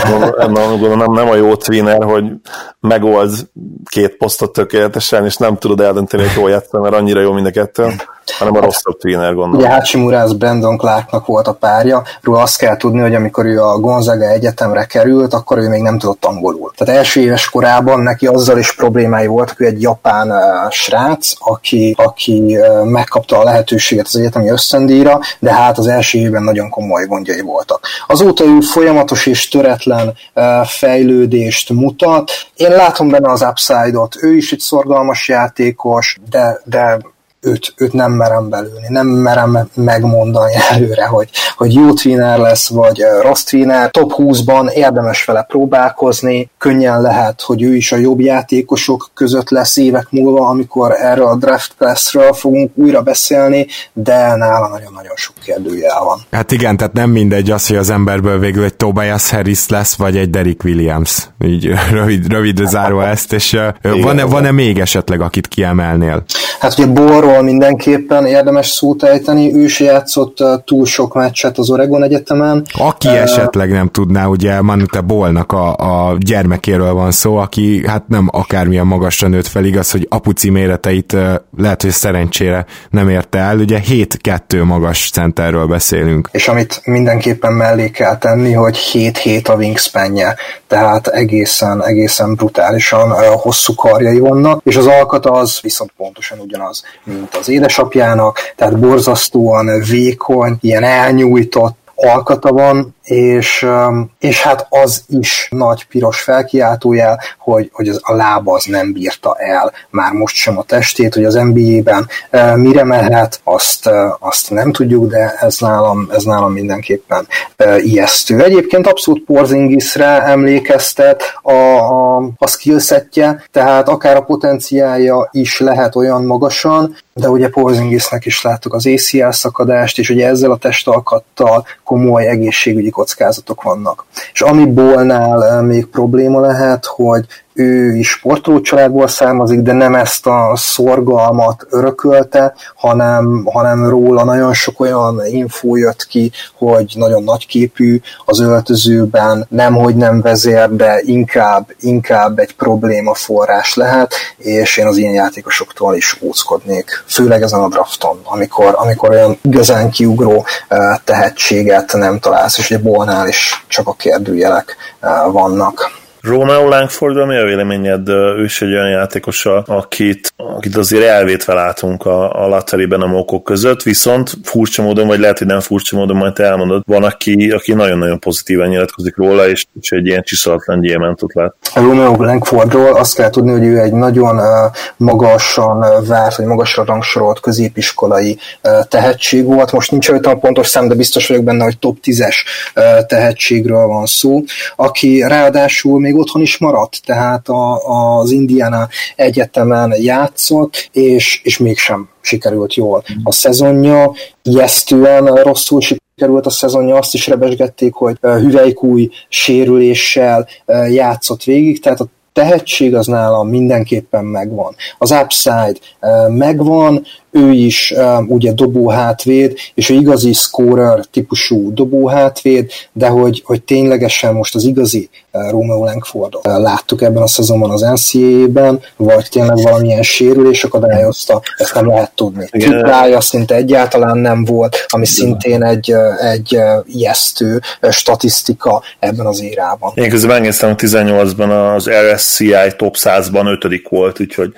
nem a jó tweener, hogy megold 2 posztot tökéletesen, és nem tudod eldönteni, hogy hol játszani, mert annyira jó mind a kettő, hanem a rosszabb tweener, gondolom. Ugye Hachimura az Brandon Clarknak volt a párja, róla azt kell tudni, hogy amikor ő a Gonzaga Egyetemre került, akkor ő még nem tudott angolul. Tehát első éves korában neki azzal is problémái voltak, hogy egy japán srác, aki megkapta a lehetőséget az egyetemi ösztöndíjra, de hát az első évben nagyon komoly gondjai voltak. Azóta ő folyamatos és töretlen fejlődést mutat. Én látom benne az upside-ot, ő is egy szorgalmas játékos, de őt nem merem belülni, nem merem megmondani előre, hogy jó tweener lesz, vagy rossz tweener. Top 20-ban érdemes vele próbálkozni, könnyen lehet, hogy ő is a jobb játékosok között lesz évek múlva, amikor erről a draft classről fogunk újra beszélni, de nála nagyon-nagyon sok kérdőjel van. Hát igen, tehát nem mindegy az, hogy az emberből végül egy Tobias Harris lesz, vagy egy Derek Williams. Így rövidre zárva ezt, és van-e még esetleg, akit kiemelnél? Hát ugye Ballról mindenképpen érdemes szót ejteni, ő se játszott túl sok meccset az Oregon Egyetemen. Aki esetleg nem tudná, ugye Manute Ballnak a gyermekéről van szó, aki hát nem akármilyen magasra nőtt fel, igaz, hogy apuci méreteit lehet, hogy szerencsére nem érte el, ugye 7-2 magas centerről beszélünk. És amit mindenképpen mellé kell tenni, hogy 7-7 a wingspanje, tehát egészen brutálisan hosszú karjai vannak, és az alkata az viszont pontosan ugyanaz, mint az édesapjának, tehát borzasztóan vékony, ilyen elnyújtott alkata van, és hát az is nagy piros felkiáltójel, hogy a lába az nem bírta el már most sem a testét, hogy az NBA-ben mire mehet, azt nem tudjuk, de ez nálam mindenképpen ijesztő. Egyébként abszolút Porzingisre emlékeztet a skillsetje, tehát akár a potenciálja is lehet olyan magasan, de ugye Porzingisnek is láttuk az ACL szakadást, és ugye ezzel a testalkattal komoly egészségügyi kockázatok vannak. És ami Ballnál még probléma lehet, hogy ő is sportoló családból származik, de nem ezt a szorgalmat örökölte, hanem róla nagyon sok olyan infó jött ki, hogy nagyon nagyképű az öltözőben, nemhogy nem vezér, de inkább egy probléma forrás lehet, és én az ilyen játékosoktól is óckodnék, főleg ezen a drafton, amikor olyan igazán kiugró tehetséget nem találsz, és ugye Ballnál is csak a kérdőjelek vannak. Romeo Langfordról mi a véleményed? Ő is egy olyan játékos, akit azért elvétve látunk a lotteryben a mókok között, viszont furcsa módon, vagy lehet, hogy nem furcsa módon, majd te elmondod, van, aki nagyon-nagyon pozitívan nyilatkozik róla, és egy ilyen csiszolatlan gyémántot lát. Romeo Langfordról azt kell tudni, hogy ő egy nagyon magasan várt, vagy magasra rangsorolt középiskolai tehetség volt. Most nincs olyan a pontos szám, de biztos vagyok benne, hogy top 10-es tehetségről van szó, aki ráadásul még otthon is maradt, tehát az Indiana Egyetemen játszott, és mégsem sikerült jól a szezonja, ijesztően rosszul sikerült a szezonja, azt is rebesgették, hogy hüvelykúj sérüléssel játszott végig, tehát a tehetség az nálam mindenképpen megvan. Az upside megvan, ő is ugye dobóhátvéd, és egy igazi scorer típusú dobóhátvéd, de hogy ténylegesen most az igazi Romeo Langfordot láttuk ebben a szezonban az NCAA-ben, vagy tényleg valamilyen sérülés akadályozta, ezt nem lehet tudni. Triplája szinte egyáltalán nem volt, ami szintén egy ijesztő statisztika ebben az érában. Én közben megnéztem, a 18-ban az RSCI top 100-ban 5. volt, úgyhogy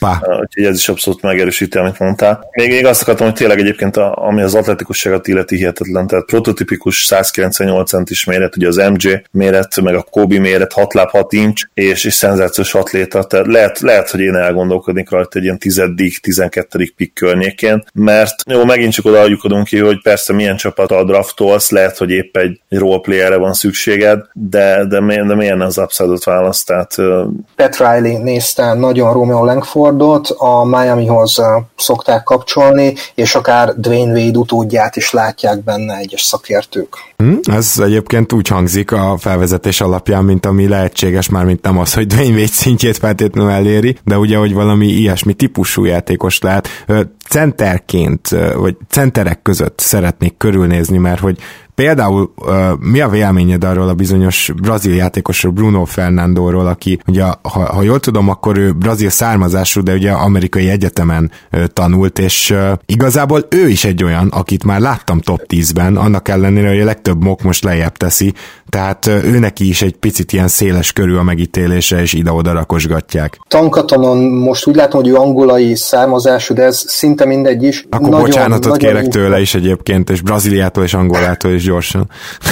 ez is abszolút megerősíti, amit mondtál. Még azt akartam, hogy tényleg egyébként ami az atletikusságot illeti hihetetlen, tehát prototipikus 198 centis méret, ugye az MJ méret, meg a Kobe méret, 6 láb 6 inch, és szenzációs atléta, tehát lehet, hogy én elgondolkodnék rajta egy ilyen 10.-12. pick környékén, mert jó, megint csak oda lyukadunk ki, hogy persze milyen csapattal draftolsz, lehet, hogy épp egy roleplayerre van szükséged, de milyen az upside-ot választ, tehát... Pat Riley nézte nagyon Romeo Langfordot, a Miamihoz szokták kapcsolni, és akár Dwayne Wade utódját is látják benne egyes szakértők. Ez egyébként úgy hangzik a felvezetés alapján, mint ami lehetséges, már mint nem az, hogy Dwayne Wade szintjét feltétlenül eléri, de ugye, hogy valami ilyesmi típusú játékos lehet. Centerként, vagy centerek között szeretnék körülnézni, mert hogy például mi a véleményed arról a bizonyos brazil játékosról, Bruno Fernandóról, aki ugye, ha jól tudom, akkor ő brazil származású, de ugye amerikai egyetemen tanult, és igazából ő is egy olyan, akit már láttam top 10-ben, annak ellenére, hogy a legtöbb mock most lejjebb teszi, tehát ő neki is egy picit ilyen széles körül a megítélése, és ide-oda rakosgatják. Tankatonon most úgy látom, hogy ő angolai származású, de ez szinte mindegy is. Akkor bocsánatot kérek tőle is egyébként, és Brazíliától és Angolától is és gyorsan.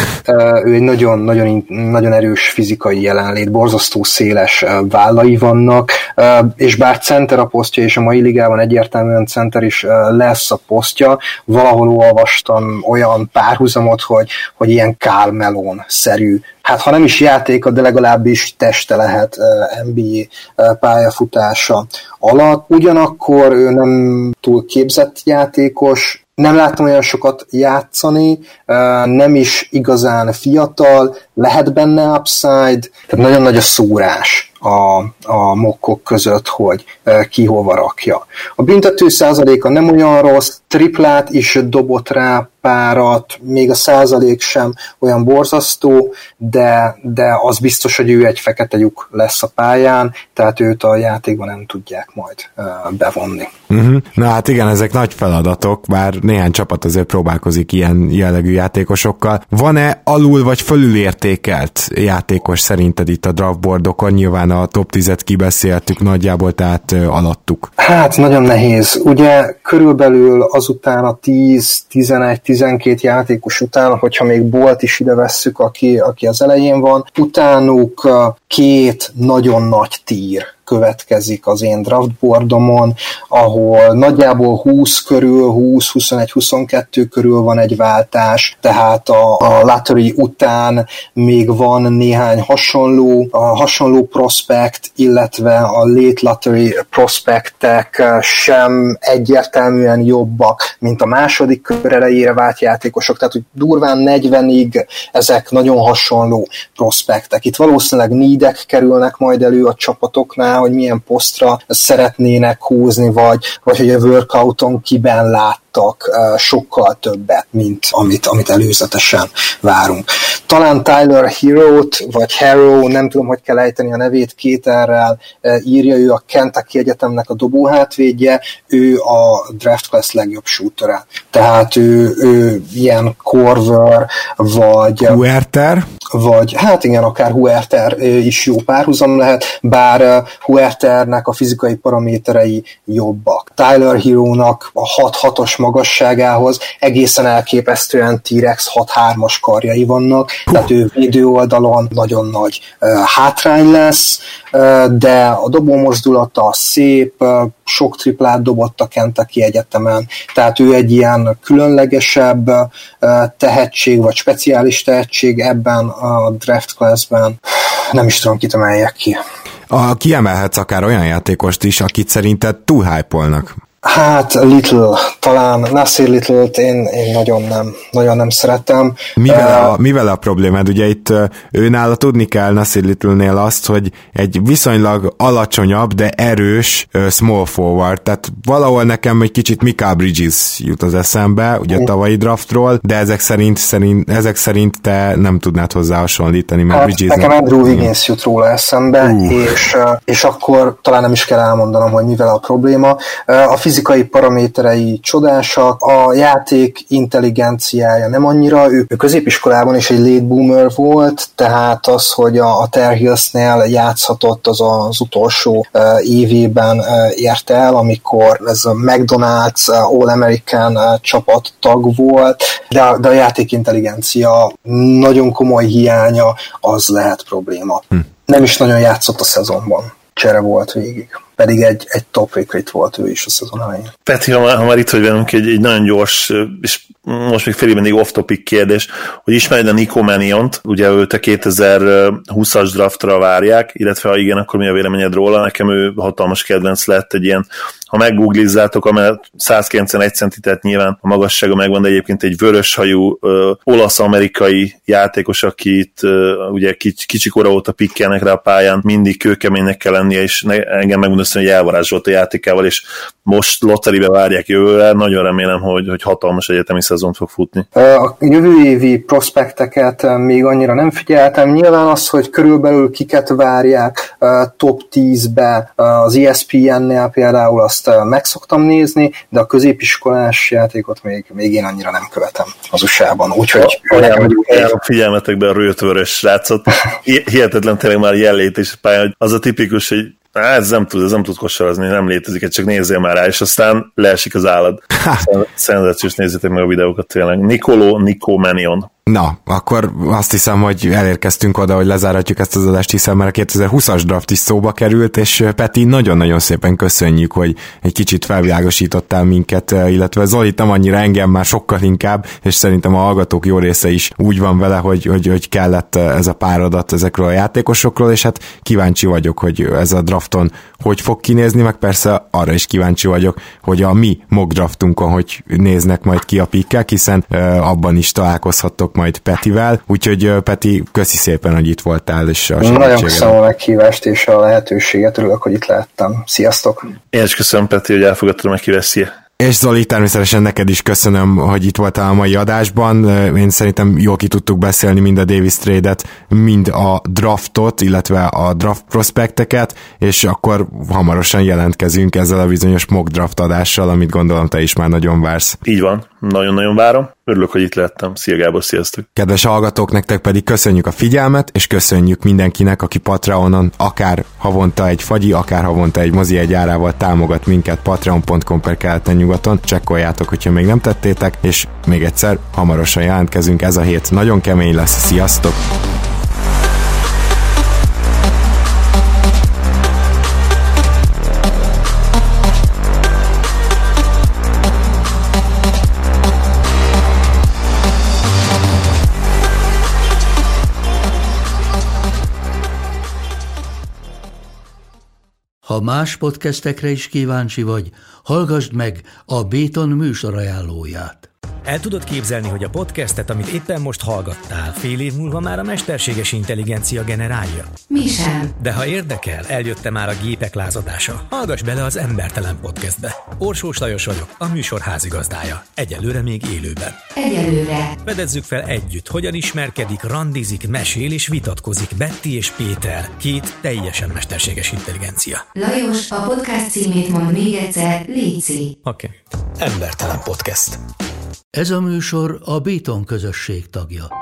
Ő egy nagyon erős fizikai jelenlét, borzasztó széles vállai vannak, és bár center a posztja, és a mai ligában egyértelműen center is lesz a posztja, valahol olvastam olyan párhuzamot, hogy ilyen Karl Malone-szerű, hát ha nem is játéka, de legalábbis teste lehet NBA pályafutása alatt. Ugyanakkor ő nem túl képzett játékos, nem láttam olyan sokat játszani, nem is igazán fiatal, lehet benne upside, tehát nagyon nagy a szórás a mokkok között, hogy ki hova rakja. A büntető százaléka nem olyan rossz, triplát is dobott rá párat, még a százalék sem olyan borzasztó, de az biztos, hogy ő egy fekete lyuk lesz a pályán, tehát őt a játékban nem tudják majd bevonni. Na hát igen, ezek nagy feladatok, bár néhány csapat azért próbálkozik ilyen jellegű játékosokkal. Van-e alul vagy fölülértékelt játékos szerinted itt a draftboardokon? Nyilván a top 10-et kibeszéltük nagyjából, tehát alattuk. Hát nagyon nehéz. Ugye körülbelül azután a 10-11-12 játékos után, hogyha még Bolt is ide vesszük, aki az elején van, utánuk két nagyon nagy tír következik az én draftboardomon, ahol nagyjából 20 körül, 20, 21, 22 körül van egy váltás, tehát a lottery után még van néhány hasonló prospekt, illetve a late lottery prospektek sem egyértelműen jobbak, mint a második kör elejére vált játékosok, tehát hogy durván 40-ig ezek nagyon hasonló prospektek. Itt valószínűleg needek kerülnek majd elő a csapatoknál, hogy milyen posztra szeretnének húzni, vagy hogy a workouton kiben láttak sokkal többet, mint amit előzetesen várunk. Talán Tyler Hero-t, vagy Harrow, nem tudom, hogy kell ejteni a nevét, két R-rel írja, ő a Kentucky Egyetemnek a dobóhátvédje, ő a draft class legjobb shootere. Tehát ő ilyen Korver, vagy Huerter? Vagy hát igen, akár Huerter is jó párhuzam lehet, bár Huerternek a fizikai paraméterei jobbak. Tyler Hero-nak a 6-6-os magasságához egészen elképesztően T-Rex 6-3-as karjai vannak, tehát ő védő oldalon nagyon nagy hátrány lesz, de a dobómozdulata szép, sok triplát dobott a Kentucky Egyetemen, tehát ő egy ilyen különlegesebb tehetség, vagy speciális tehetség ebben a draft classben. Nem is tudom, kit emeljek ki. Kiemelhetsz akár olyan játékost is, akit szerinted túl hype-olnak. Hát Little, talán Nassir Little-t én nagyon nem szeretem. Mivel a problémád? Ugye itt őnála tudni kell Nassir Little-nél azt, hogy egy viszonylag alacsonyabb, de erős small forward, tehát valahol nekem egy kicsit Mikal Bridges jut az eszembe, ugye a tavalyi draftról, de ezek szerint te nem tudnád hozzá hasonlítani, mert hát Bridges... Nekem Andrew Wiggins jut róla eszembe, és akkor talán nem is kell elmondanom, hogy mivel a probléma. A fizikai paraméterei csodásak, a játék intelligenciája nem annyira, ő középiskolában is egy late boomer volt, tehát az, hogy a Tar Heelsnél játszhatott, az utolsó évében érte el, amikor ez a McDonald's All-American csapat tag volt, de a játék intelligencia nagyon komoly hiánya, az lehet probléma. Nem is nagyon játszott a szezonban, csere volt végig. Pedig egy top recruit volt ő is a szezon elején. Peti, ha már itt vagy velünk, egy nagyon gyors, és most még félig mindig off-topic kérdés, hogy ismered a Nico Manniont, ugye őt a 2020-as draftra várják, illetve ha igen, akkor mi a véleményed róla? Nekem ő hatalmas kedvenc lett, egy ilyen, ha meggooglizzátok, amely 191 centi, tehát nyilván a magassága megvan, de egyébként egy vöröshajú olasz-amerikai játékos, akit ugye kicsikora óta pikkelnek rá a pályán, mindig kőkeménynek kell lennie, és engem megmondom, hogy elvarázsolt a játékával, és most lotteribe várják jövőre, nagyon remélem, hogy hatalmas egyetemi szezont fog futni. A jövő évi prospekteket még annyira nem figyeltem, nyilván az, hogy körülbelül kiket várják top 10-be, az ESPN-nél például azt meg szoktam nézni, de a középiskolás játékot még én annyira nem követem az USA-ban, úgyhogy figyelmetekben a rőtvörös srácot, hihetetlen tényleg már jellét és pályán, az a tipikus, hogy ez nem tud kosarazni, nem létezik, csak nézzél már rá, és aztán leesik az állat. Szenzációs, nézzétek meg a videókat tényleg. Nico Mannion. Na, akkor azt hiszem, hogy elérkeztünk oda, hogy lezárhatjuk ezt az adást, hiszen már a 2020-as draft is szóba került, és Peti, nagyon-nagyon szépen köszönjük, hogy egy kicsit felvilágosítottál minket, illetve Zoli, nem annyira, engem már sokkal inkább, és szerintem a hallgatók jó része is úgy van vele, hogy kellett ez a pár adat ezekről a játékosokról, és hát kíváncsi vagyok, hogy ez a drafton hogy fog kinézni, meg persze arra is kíváncsi vagyok, hogy a mi mock draftunkon hogy néznek majd ki a pikkek, hiszen abban is találkozhattok majd Petivel, úgyhogy Peti, köszi szépen, hogy itt voltál, és nagyon köszönöm a meghívást és a lehetőséget, örülök, hogy itt lehettem. Sziasztok! Én is köszönöm, Peti, hogy elfogadtad a meghívást. Szia! És Zoli, természetesen neked is köszönöm, hogy itt voltál a mai adásban. Én szerintem jól ki tudtuk beszélni mind a Davis trade-et, mind a draftot, illetve a draft prospekteket, és akkor hamarosan jelentkezünk ezzel a bizonyos mock draft adással, amit gondolom te is már nagyon vársz. Így van, nagyon-nagyon várom. Örülök, hogy itt lettem. Szia Gábor, sziasztok! Kedves hallgatók, nektek pedig köszönjük a figyelmet, és köszönjük mindenkinek, aki Patreonon akár havonta egy fagyi, akár havonta egy mozi egy árával támogat minket patreon.com/keleten-nyugaton. Csekkoljátok, hogyha még nem tettétek, és még egyszer hamarosan jelentkezünk, ez a hét nagyon kemény lesz. Sziasztok! Ha más podcastekre is kíváncsi vagy, hallgassd meg a Béton műsor ajánlóját. El tudod képzelni, hogy a podcastet, amit éppen most hallgattál, fél év múlva már a mesterséges intelligencia generálja? Mi sem. De ha érdekel, eljött már a gépek lázadása. Hallgass bele az Embertelen Podcastbe. Orsós Lajos vagyok, a műsor házigazdája. Egyelőre még élőben. Egyelőre. Fedezzük fel együtt, hogyan ismerkedik, randizik, mesél és vitatkozik Betty és Péter, két teljesen mesterséges intelligencia. Lajos, a podcast címét mondd még egyszer, léci. Oké. Embertelen Podcast. Ez a műsor a Béton közösség tagja.